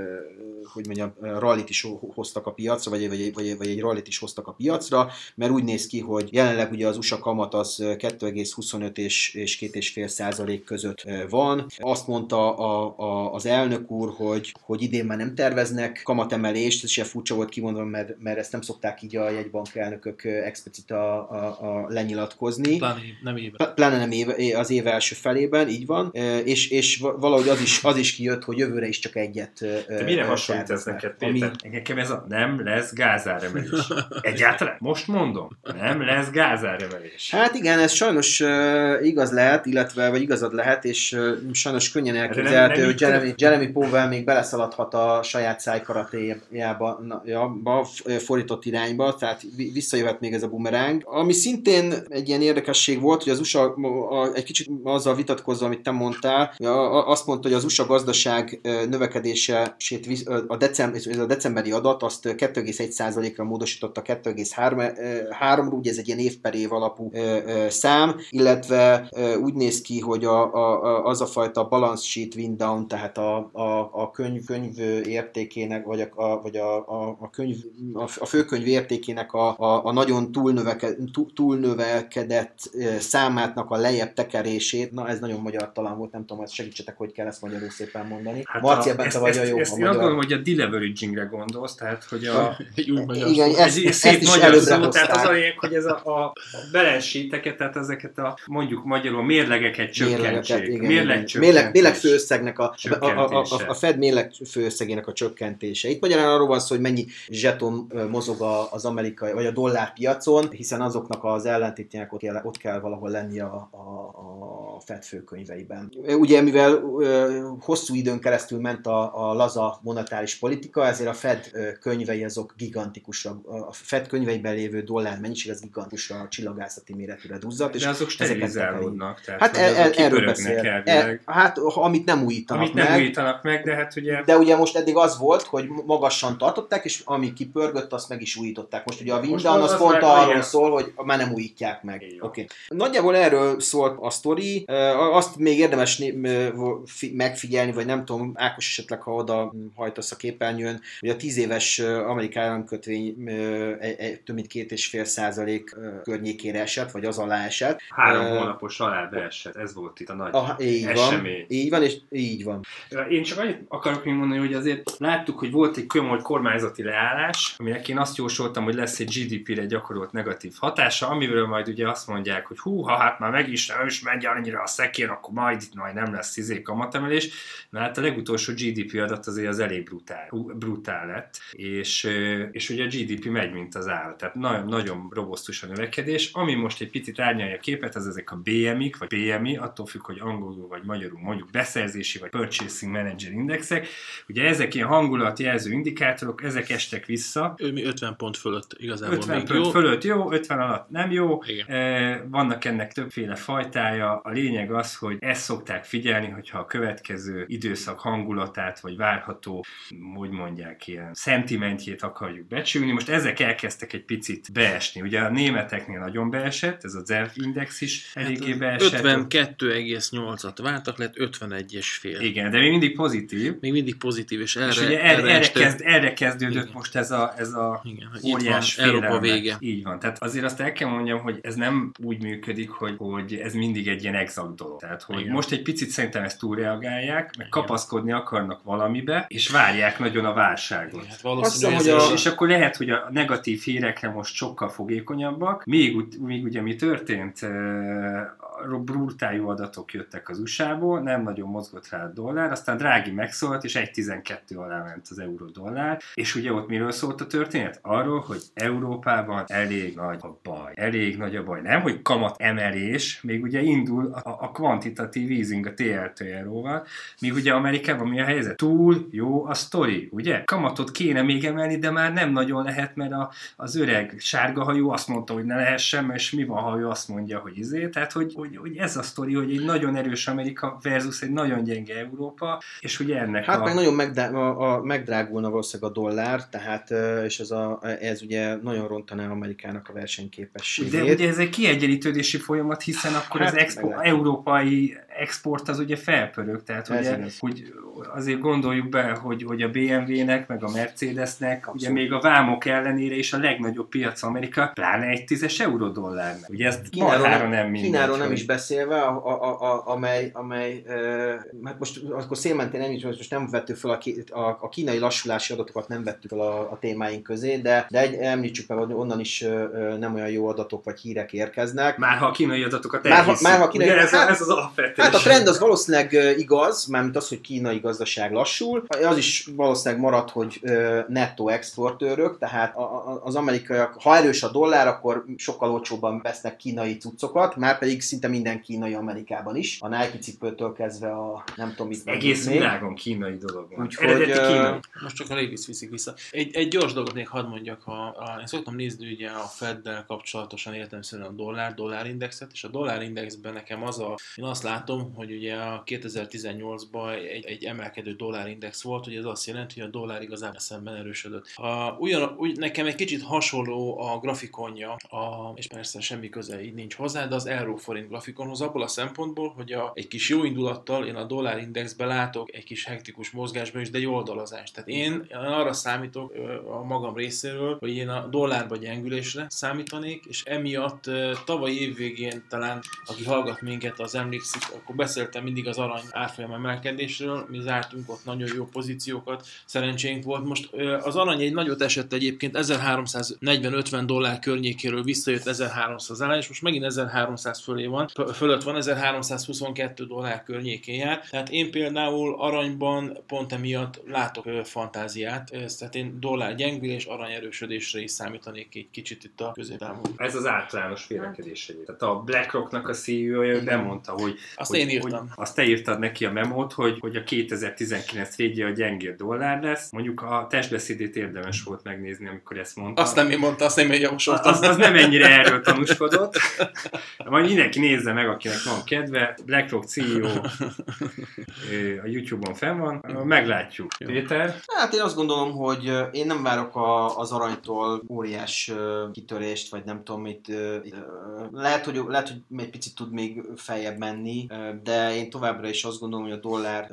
hogy mondjam, rallit is hoztak a piacra, vagy, vagy, vagy, vagy egy rallit is hoztak a piacra, mert úgy néz ki, hogy jelenleg ugye az u es á kamat az kettő egész huszonöt és, és két egész öt százalék között van. Azt mondta a, a, az elnök úr, hogy, hogy idén már nem terveznek kamatemelést, ez is furcsa volt kimondva, mert, mert ezt nem szokták így a jegybank elnökök explicit a, a, a lenyilatkozni. Pláne nem éve. Pláne nem éve, az év első felében, így van, és, és valahogy az is, az is kijött, hogy jövőre is csak egyet. Te mire hasonlít ez neked, Péter? Ami... Nekem ez a nem lesz gázáremelés. Egyáltalán? Most mondom, nem lesz gázáremelés. Hát igen, ez sajnos uh, igaz lehet, illetve vagy igazad lehet, és uh, sajnos könnyen elképzelhető, hogy Jeremy, Jeremy Powell még beleszaladhat a saját szájkaratéjába, ja, fordított irányba, tehát visszajöhet még ez a bumeráng. Ami szintén egy ilyen érdekesség volt, hogy az u es á egy kicsit azzal vitatkozva, amit te mondtál, azt mondta, hogy az u es á gazdaság növekedése, a, december, a decemberi adat, azt kettő egész egy százalékra módosította kettő egész háromra, ugye ez egy ilyen év per év alapú szám, illetve úgy néz ki, hogy a, a, az a fajta balance sheet wind down, tehát a, a, a könyv, könyv értékének, vagy a, vagy a, a, a, könyv, a főkönyv értékének a, a, a nagyon túlnöveke, túlnövekedett számátnak a lejjebb tekerését, na ez nagyon magyar talán volt, nem tudom, segítsetek, hogy kell ezt magyarul szépen mondani. Hát Marci, ebben te vagy a jó. Ezt én azt gondolom, hogy a deleveragingre gondolsz, tehát hogy a... Igen, ezt, egy ezt szép is magyar szó, hozták. tehát az a lényeg, hogy ez a, a balance-sheeteket, tehát ezeket a mondjuk magyarul mérlegeket csökkentsék. Mérleg főösszegnek a, a, a, a, a Fed mérleg főösszegének a csökkentése. Itt magyarán arról van szó, hogy mennyi zseton mozog az amerikai, vagy a dollárpiacon, hiszen azoknak az ellentétjének ott kell, ott kell valahol lenni a, a, a Fed főkönyveiben. Ugye, mivel hosszú időn keresztül ment a, a laza monetáris politika, ezért a Fed könyvei azok gigantikusra, a Fed könyveiben lévő dollár mennyiség az gigantikusra, csillagászati méretűre duzzadt. De azok sterilizálódnak. Hát el, el, erről beszél. El, hát amit nem újítanak amit meg. nem újítanak meg, de hát ugye... De ugye most eddig az volt, hogy magassan tartották, és ami kipörgött, azt meg is újították. Most ugye a Windown az, az pont arról ilyen... szól, hogy már nem újítják meg. Okay. Nagyjából erről szólt a sztori. Azt még érdemes megfigyelni, vagy nem tudom, Ákos esetleg, ha oda hajtasz a képernyőn, hogy a tíz éves amerikai államkötvény több mint két és fél százalék környékére esett, vagy az alá esett. Három uh, hónapos alá beesett, ez volt itt a nagy aha, így esemény. Van, így van, és így van. Én csak annyit akarok még mondani, hogy azért láttuk, hogy volt egy komoly kormányzati leállás, aminek én azt jósoltam, hogy lesz egy gé dé pére gyakorolt negatív hatása, amiről majd ugye azt mondják, hogy hú, ha hát már meg is, nem is megy annyira a szekér, akkor majd itt majd nem lesz, izé kamatemelés, na hát a legutolsó gé dé pé adat azért az elég brutál, brutál lett, és, és ugye a gé dé pé megy, mint az áll, tehát nagyon, nagyon robosztus a növekedés, ami most egy picit árnyalja a képet, az ezek a bé em i-k, vagy pé em i, attól függ, hogy angolul vagy magyarul mondjuk beszerzési vagy purchasing manager indexek, ugye ezek ilyen hangulatjelző indikátorok, ezek estek vissza. Ő mi ötven pont fölött igazából ötven még pont jó. fölött jó, ötven alatt nem jó. Igen. Vannak ennek többféle fajtája. A lényeg az, hogy ezt szokták figyelni, hogyha a következő időszak hangulatát, vagy várható, hogy mondják, ilyen szentimentjét akarjuk becsülni. Most ezek elkezdtek egy picit beesni. Ugye a németeknél nagyon beesett, ez a zé e ef index is eléggé beesett. ötvenkettő egész nyolcat vártak, lett ötvenegy egész öt. Igen, de még mindig pozitív. Még mindig pozitív, és erre, és ugye erre, erre, erre, este... kezd, erre kezdődött Igen. most ez a, ez a Igen, óriás Európa vége. Így van. Tehát azért azt el kell mondjam, hogy ez nem úgy működik, hogy, hogy ez mindig egy ilyen exakt dolog. Tehát, hogy Igen. most egy picit szerintem ezt túlreagálják, meg Igen. kapaszkodni akarnak valamibe, és várják nagyon a válságot. Igen, hát valószínűleg Azt hiszem, hogy És, és akkor lehet, hogy a negatív hírekre most sokkal fogékonyabbak. Még, még ugye mi történt, brutál jó adatok jöttek az u es á-ból, nem nagyon mozgott rá a dollár, aztán Draghi megszólalt, és egy tizenkettő alá ment az euró-dollár, és ugye ott miről szólt a történet? Arról, hogy Európában elég nagy a baj. Elég nagy a baj. Nem, hogy kamat emelés, még ugye indul a, a kvantitatív easing a té el té er-val, míg ugye Amerikában mi a helyzet? Túl jó a sztori, ugye? Kamatot kéne még emelni, de már nem nagyon lehet, mert a, az öreg sárgahajú azt mondta, hogy ne lehessen, és mi van, ha ő azt mondja, hogy izé, tehát hogy, hogy, hogy ez a sztori, hogy egy nagyon erős Amerika versus egy nagyon gyenge Európa, és ugye ennek hát a... meg nagyon megdá- a, a, megdrágulna valószínűleg a dollár, tehát és ez, a, ez ugye nagyon rontaná Amerikának a versenyképességét. De ugye ez egy kiegyenlítődési folyamat, hiszen akkor hát, az expo- európai export az ugye felpörög, tehát ugye, hogy azért gondoljuk be, hogy, hogy a bé em vé-nek, meg a Mercedesnek, abszolút. Ugye még a vámok ellenére is a legnagyobb piac Amerika, pláne egy tízes euró-dollárnak. Ugye ezt Kínáról nem mindegy. Kínáról nem is beszélve, a, a, a, amely, amely uh, hát most akkor szélmentén nem is, most nem vettük fel a, a, a kínai lassulási adatokat nem vettük fel a, a témáink közé, de, de egy, említsük meg, hogy onnan is uh, nem olyan jó adatok vagy hírek érkeznek. Már ha a kínai adatokat elhiszük. Már, már ha kínai, ez, hát, ez az alapvető. Hát a trend az valószínűleg igaz, mármint az, hogy kínai gazdaság lassul. Az is valószínűleg marad, hogy nettó exportőrök, tehát az amerikaiak, ha erős a dollár, akkor sokkal olcsóbban vesznek kínai cuccokat, már pedig szinte minden kínai Amerikában is. A Nike cipőtől kezdve a nem tudom mit. Egész világon kínai dolog van. Úgyhogy kínai. Most csak a Levis viszik vissza. Egy, egy gyors dolgot még hadd mondjak, ha a, én szoktam nézni ugye a Feddel kapcsolatosan értelemszerűen a dollár, dollárindexet, és a dollárindexben nekem az a, én azt látom, hogy ugye a kétezer-tizennyolcban egy, egy emelkedő dollárindex volt, hogy ez azt jelenti, hogy a dollár igazából szemben erősödött. A, ugyan, úgy, nekem egy kicsit hasonló a grafikonja, a, és persze semmi köze így nincs hozzá, de az euró-forint grafikonhoz abból a szempontból, hogy a, egy kis jó indulattal én a dollárindexben látok egy kis hektikus mozgásban is, de jó oldalazást. Tehát én arra számítok a magam részéről, hogy én a dollárba gyengülésre számítanék, és emiatt tavaly évvégén talán, aki hallgat minket, az emlékszik, akkor beszéltem mindig az arany árfolyam emelkedésről, mi zártunk ott nagyon jó pozíciókat, szerencsénk volt. Most az arany egy nagyot esett egyébként, ezerháromszáznegyven-ötven dollár környékéről visszajött ezerháromszáz alá, és most megint ezerháromszáz fölé van, fölött van, ezerháromszázhuszonkettő dollár környékén jár. Tehát én például aranyban pont emiatt látok fantáziát, tehát én dollár gyengülés, arany erősödésre is számítanék egy kicsit itt a középtávon. Ez az általános vélekedés egyébként. Tehát a BlackRocknak a cé í ó-ja bemondta, hogy azt hogy, én írtam. Hogy, azt te írtad neki a memót, hogy, hogy a kétezer-tizenkilenc végén a gyengébb dollár lesz. Mondjuk a testbeszédét érdemes volt megnézni, amikor ezt mondta. Azt nem én mondta, azt nem én javasoltam. Az, az nem ennyire erről tanúskodott. Majd mindenki nézze meg, akinek van kedve. BlackRock cé í ó a YouTube-on fenn van. Meglátjuk. Péter? Hát én azt gondolom, hogy én nem várok a, az aranytól óriás kitörést, vagy nem tudom mit. Lehet, hogy, lehet, hogy egy picit tud még feljebb menni, de én továbbra is azt gondolom, hogy a dollár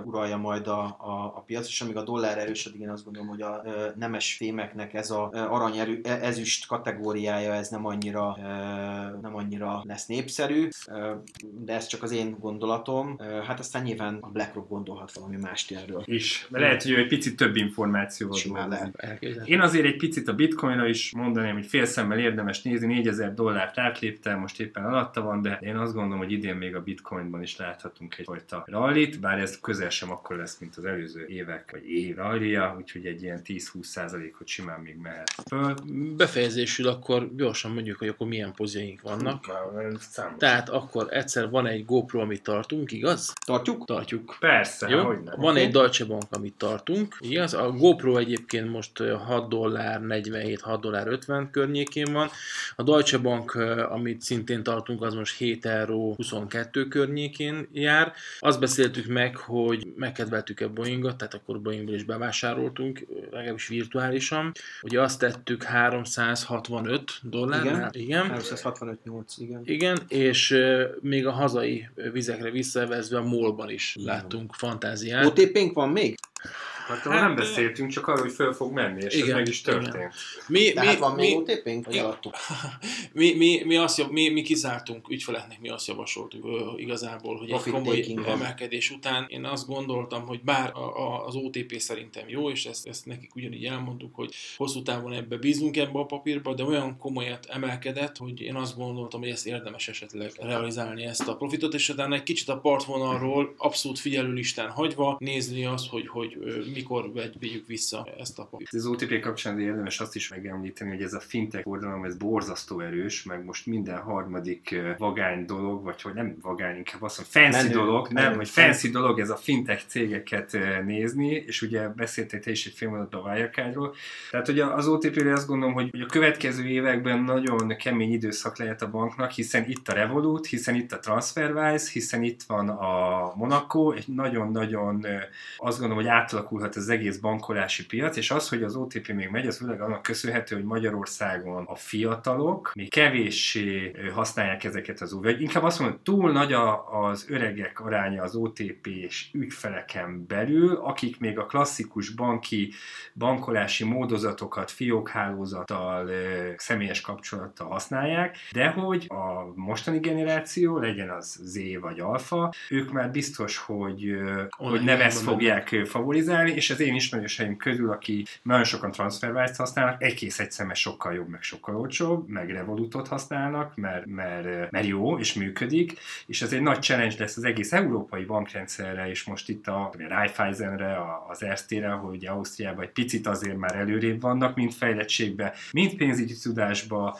uralja majd a, a, a piac, és amíg a dollár erősödik, én azt gondolom, hogy a uh, nemes fémeknek ez a uh, arany ezüst kategóriája, ez nem annyira, uh, nem annyira lesz népszerű, uh, de ez csak az én gondolatom. Uh, hát aztán nyilván a BlackRock gondolhat valami mást erről. Is. De lehet, hogy egy picit több információval lehet. Én azért egy picit a bitcoinra is mondanám, hogy fél szemmel érdemes nézni, négyezer dollárt átlépte, most éppen alatta van, de én azt gondolom, hogy idén még a bitcoinban is láthatunk egyfajta rallit, bár ez közel sem akkor lesz, mint az előző évek, vagy év rallija, úgyhogy egy ilyen tíz-húsz százalékot simán még mehet föl. Befejezésül akkor gyorsan mondjuk, hogy akkor milyen pozjaink vannak. Számos. Tehát akkor egyszer van egy GoPro, amit tartunk, igaz? Tartjuk? Tartjuk. Persze, jó? Hogy nem. Van okay. egy Deutsche Bank, amit tartunk, igaz? A GoPro egyébként most hat dollár negyvenhét, hat dollár ötven környékén van. A Deutsche Bank, amit szintén tartunk, az most hét euró huszonkettő környékén jár. Azt beszéltük meg, hogy megkedveltük-e Boeingot, tehát akkor Boeingból is bevásároltunk, legalábbis virtuálisan. Ugye azt tettük háromszázhatvanöt dollár. Igen, igen. háromszázhatvanöt nyolc, igen. Igen, és uh, még a hazai vizekre visszavezve a mólban is igen. láttunk fantáziát. o té pénk van még? Hát, hát nem beszéltünk, csak arról, hogy föl fog menni, és igen, ez meg is történt. Mi, Tehát mi, van még o té pénk, vagy eladtuk? Mi, mi, mi, azt, mi, mi kizártunk ügyfeleknek, mi azt javasoltuk uh, igazából, hogy Profit egy komoly emelkedés után én azt gondoltam, hogy bár a, a, az o té pé szerintem jó, és ezt, ezt nekik ugyanígy elmondtuk, hogy hosszú távon ebbe bízunk ebbe a papírba, de olyan komolyat emelkedett, hogy én azt gondoltam, hogy ezt érdemes esetleg realizálni ezt a profitot, és utána egy kicsit a partvonalról abszolút figyelőlistán hagyva nézni azt, hogy, hogy mikor vegyük vissza ezt a papírt. Az o té pé kapcsán érdemes azt is megemlíteni, hogy ez a fintech oldalon, ez borzasztó erős, meg most minden harmadik vagány dolog, vagy hogy nem vagány, inkább azt mondom, fancy menő, dolog, nem, menő, hogy fancy menő. dolog ez a fintech cégeket nézni, és ugye beszéltél te is egy fél mondatban a Wirecardról. Tehát ugye az o té pére azt gondolom, hogy a következő években nagyon kemény időszak lehet a banknak, hiszen itt a Revolut, hiszen itt a TransferWise, hiszen itt van a Monaco, egy nagyon-nagyon azt gondolom, hogy átalakulhat az egész bankolási piac, és az, hogy az o té pé még megy, az főleg annak köszönhető, hogy Magyarországon a fiatalok még kevéssé használják ezeket az új, vagy inkább azt mondom, túl nagy a, az öregek aránya az o té pés ügyfeleken belül, akik még a klasszikus banki bankolási módozatokat fiókhálózattal, személyes kapcsolattal használják, de hogy a mostani generáció, legyen az Z vagy Alfa, ők már biztos, hogy, hogy nem ezt fogják favorizálni, és az én ismerőseim közül, aki nagyon sokan TransferWise-t használnak, egész egyszerűen sokkal jobb, meg sokkal olcsóbb, meg Revolutot használnak, mert, mert, mert jó, és működik, és ez egy nagy challenge lesz az egész európai bankrendszerre, és most itt a Raiffeisenre, az Erste-re, hogy ugye Ausztriában egy picit azért már előrébb vannak, mint fejlettségbe, mint pénzügyi tudásba,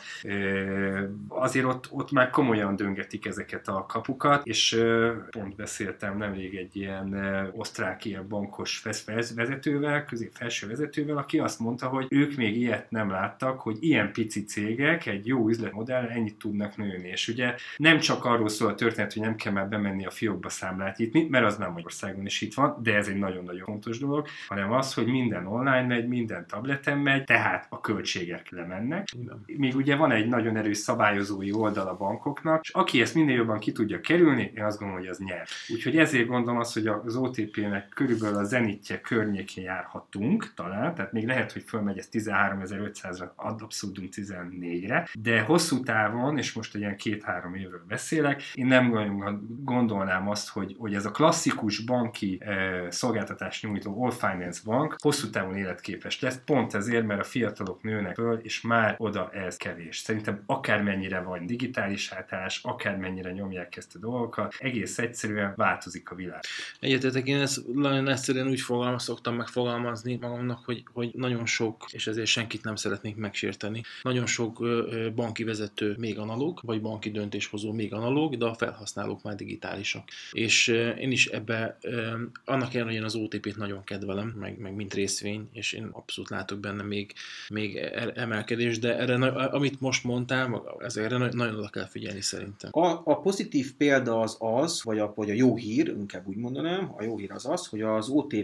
azért ott, ott már komolyan döngetik ezeket a kapukat, és pont beszéltem nemrég egy ilyen osztrák ilyen bankos vezetővel, közép felső vezetővel, aki azt mondta, hogy ők még ilyet nem láttak, hogy ilyen pici cégek egy jó üzletmodell ennyit tudnak nőni. És ugye nem csak arról szól a történet, hogy nem kell már bemenni a fiókba számlát nyitni, mert az nem Magyarországon is itt van, de ez egy nagyon-nagyon fontos dolog, hanem az, hogy minden online megy, minden tableten megy, tehát a költségek lemennek. Még ugye van egy nagyon erős szabályozói oldal a bankoknak, és aki ezt minél jobban ki tudja kerülni, én azt gondolom, hogy az nyer. Úgyhogy ezért gondolom azt, hogy az o té pének körülbelül a zenitje környékén járhatunk talán, tehát még lehet, hogy fölmegy ez tizenháromezer-ötszázra, abszolút tizennégyre, de hosszú távon, és most egy ilyen két-három évről beszélek, én nem gondolnám azt, hogy, hogy ez a klasszikus banki eh, szolgáltatás nyújtó All Finance Bank hosszú távon életképes lesz, pont ezért, mert a fiatalok nőnek föl, és már oda ez kevés. Szerintem akármennyire van digitális hatás, akármennyire nyomják ezt a dolgokat, egész egyszerűen változik a világ. Egyetetek, én ezt nagyon egyszerűen úgy fogalmaz, szoktam megfogalmazni magamnak, hogy, hogy nagyon sok, és ezért senkit nem szeretnék megsérteni, nagyon sok ö, banki vezető még analóg, vagy banki döntéshozó még analóg, de a felhasználók már digitálisak. És ö, én is ebbe, ö, annak ellenére, hogy én az o té pét nagyon kedvelem, meg, meg mint részvény, és én abszolút látok benne még, még emelkedés, de erre, amit most mondtál, ezért nagyon oda kell figyelni szerintem. A, a pozitív példa az az, vagy a, vagy a jó hír, inkább úgy mondanám, a jó hír az az, hogy az o té pé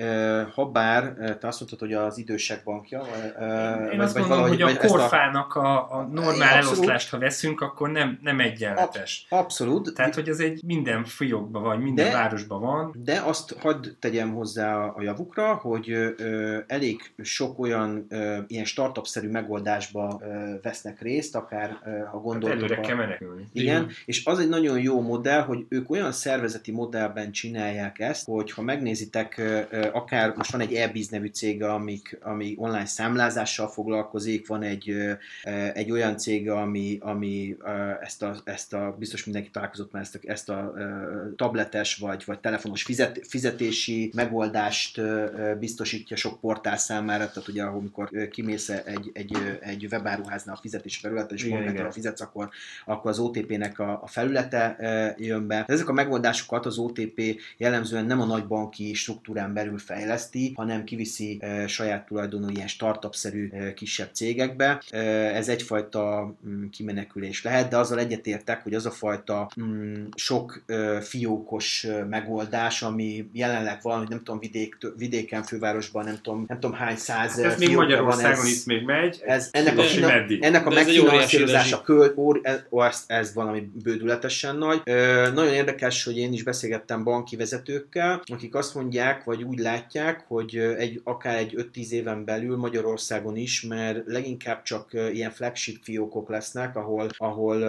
ha bár te azt mondtad, hogy az idősek bankja, én vagy, azt mondom, hogy a korfának a, a normál eloszlást, ha veszünk, akkor nem, nem egyenletes. Abszolút. Tehát, hogy ez egy minden fiókban van, minden de, városban van. De azt hadd tegyem hozzá a javukra, hogy ö, elég sok olyan ö, ilyen startup-szerű megoldásba ö, vesznek részt, akár ö, ha gondoltok. Hát előre kell menekülni. Igen, Igen, és az egy nagyon jó modell, hogy ők olyan szervezeti modellben csinálják ezt, hogy ha megnézitek, ö, ö, akár most van egy e-biz nevű cég, amik, ami online számlázással foglalkozik, van egy, ö, egy olyan cég, ami, ami ö, ezt, a, ezt a, biztos mindenki találkozott már, ezt a, ezt a ö, tabletes vagy, vagy telefonos fizet, fizetési megoldást ö, biztosítja sok portál számára, tehát ugye amikor kimész egy, egy, egy webáruháznál a fizetési felületen, és momentra fizetsz, akkor, akkor az o té pé-nek a, a felülete ö, jön be. De ezek a megoldásokat az o té pé jellemzően nem a nagy banki struktúrán belül fejleszti, hanem kiviszi ö, saját tulajdonú ilyen startup-szerű ö, kisebb cégekbe. Ö, ez egyfajta mm, kimenekülés lehet, de azzal egyetértek, hogy az a fajta mm, sok ö, fiókos ö, megoldás, ami jelenleg van, hogy nem tudom, vidék, vidéken, fővárosban, nem tudom, nem tudom hány száz hát ez még Magyarországon is még megy. Ez, ennek, a, fina, ennek a megfinanszírozása köl, ez, ez valami bődületesen nagy. Ö, nagyon érdekes, hogy én is beszélgettem banki vezetőkkel, akik azt mondják, vagy úgy látják, hogy egy, akár egy öt-tíz éven belül Magyarországon is, mert leginkább csak ilyen flagship fiókok lesznek, ahol, ahol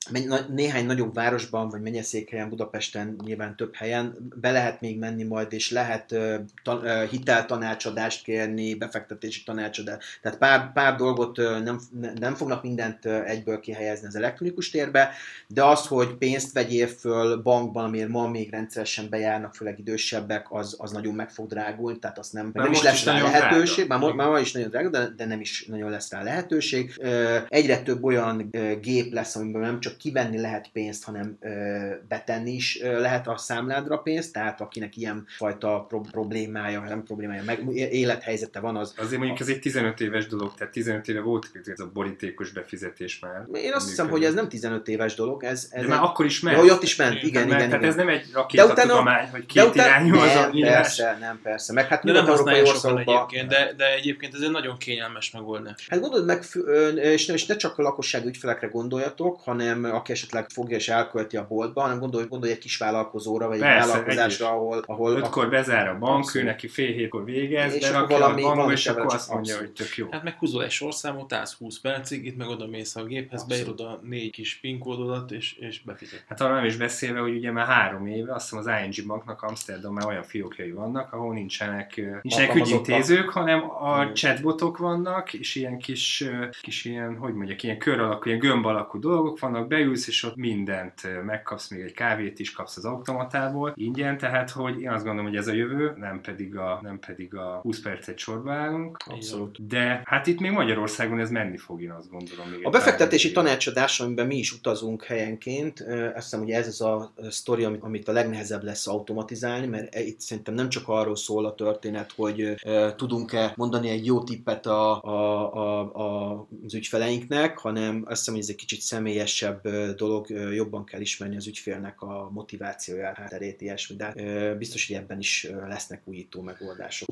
néhány nagyobb városban, vagy megyeszékhelyen, Budapesten, nyilván több helyen be lehet még menni majd, és lehet tan- hiteltanácsadást kérni, befektetési tanácsadást. Tehát pár, pár dolgot nem, nem fognak mindent egyből kihelyezni az elektronikus térbe, de az, hogy pénzt vegyél föl bankban, amiért ma még rendszeresen bejárnak, főleg idősebbek, az, az nagyon meg fog drágulni, tehát azt nem, nem is lesz is rá lehetőség, már, már ma is nagyon drága, de, de nem is nagyon lesz rá lehetőség. Egyre több olyan gép lesz, amiben nem csak kivenni lehet pénzt, hanem betenni is lehet a számládra pénzt, tehát akinek ilyen fajta pro- problémája, nem problémája, meg élethelyzete van, az... Azért mondjuk ez egy tizenöt éves dolog, tehát tizenöt éve volt ez a borítékos befizetés már. Én azt hiszem, hogy ez nem tizenöt éves dolog, ez... ez de már egy... akkor is ment. De ott is ment, igen, igen, igen. Tehát igen. ez nem egy rakétatudomány, hogy két utána... irányú az a nyilás. Persze, nem, persze. Meg hát de nem használja sokan egyébként, de, de egyébként ez egy nagyon kényelmes megoldás. Hát gondold meg, és ne, és ne csak a lakosság ügyfelekre gondoljatok, hanem aki esetleg fogja és elkölti a boltba, hanem gondolj, gondolj egy kis vállalkozóra, vagy persze, egy vállalkozásra, ahol... ahol ötkor bezár a bank, ő neki fél hétkor végez, de rakja a bankba, és akkor azt mondja, hogy tök jó. Hát meg húzol egy sorszámot, állsz húsz percig, itt meg oda mész a géphez, beírod a négy kis PIN kódodat, és, és befizet. Hát arra nem is beszélve, hogy ugye már három éve, azt hiszem az i en gé banknak Amsterdamban olyan fiókjai vannak, ahol nincsenek, nincsenek ügyintézők, hanem a chatbotok vannak, és ilyen kis, kis ilyen, hogy mondjak, ilyen kör alakú, ilyen gömb alakú dolgok vannak, beülsz, és ott mindent megkapsz, még egy kávét is kapsz az automatából, ingyen, tehát hogy én azt gondolom, hogy ez a jövő, nem pedig a, nem pedig a húsz percet sorba állunk. Abszolút. De hát itt még Magyarországon ez menni fog, én azt gondolom. Még a befektetési tanácsadás, amiben mi is utazunk helyenként, azt hiszem, hogy ez az a sztori, amit a legnehezebb lesz automatizálni, mert itt szerintem nem csak arról szól a történet, hogy tudunk-e mondani egy jó tippet a, a, a, a, az ügyfeleinknek, hanem azt hiszem, hogy ez egy kicsit személyesebb dolog, jobban kell ismerni az ügyfélnek a motivációját, hátterét, ilyesmi, de biztos, hogy ebben is lesznek újító megoldások.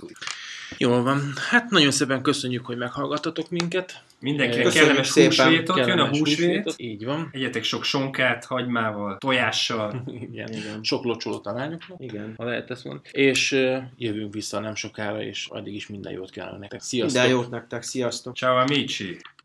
Jól van. Hát nagyon szépen köszönjük, hogy meghallgattatok minket. Mindenkinek kellemes húsvétot, jön a húsvét. húsvétot. Így van. Egyetek sok sonkát, hagymával, tojással. Igen. Igen. Sok locsolót a lányoknak. Igen. Ha lehet ezt mondani. És uh, jövünk vissza nem sokára, és addig is minden jót kívánok nektek. Sziasztok! Minden jót nektek, sziasztok! Ciao amici!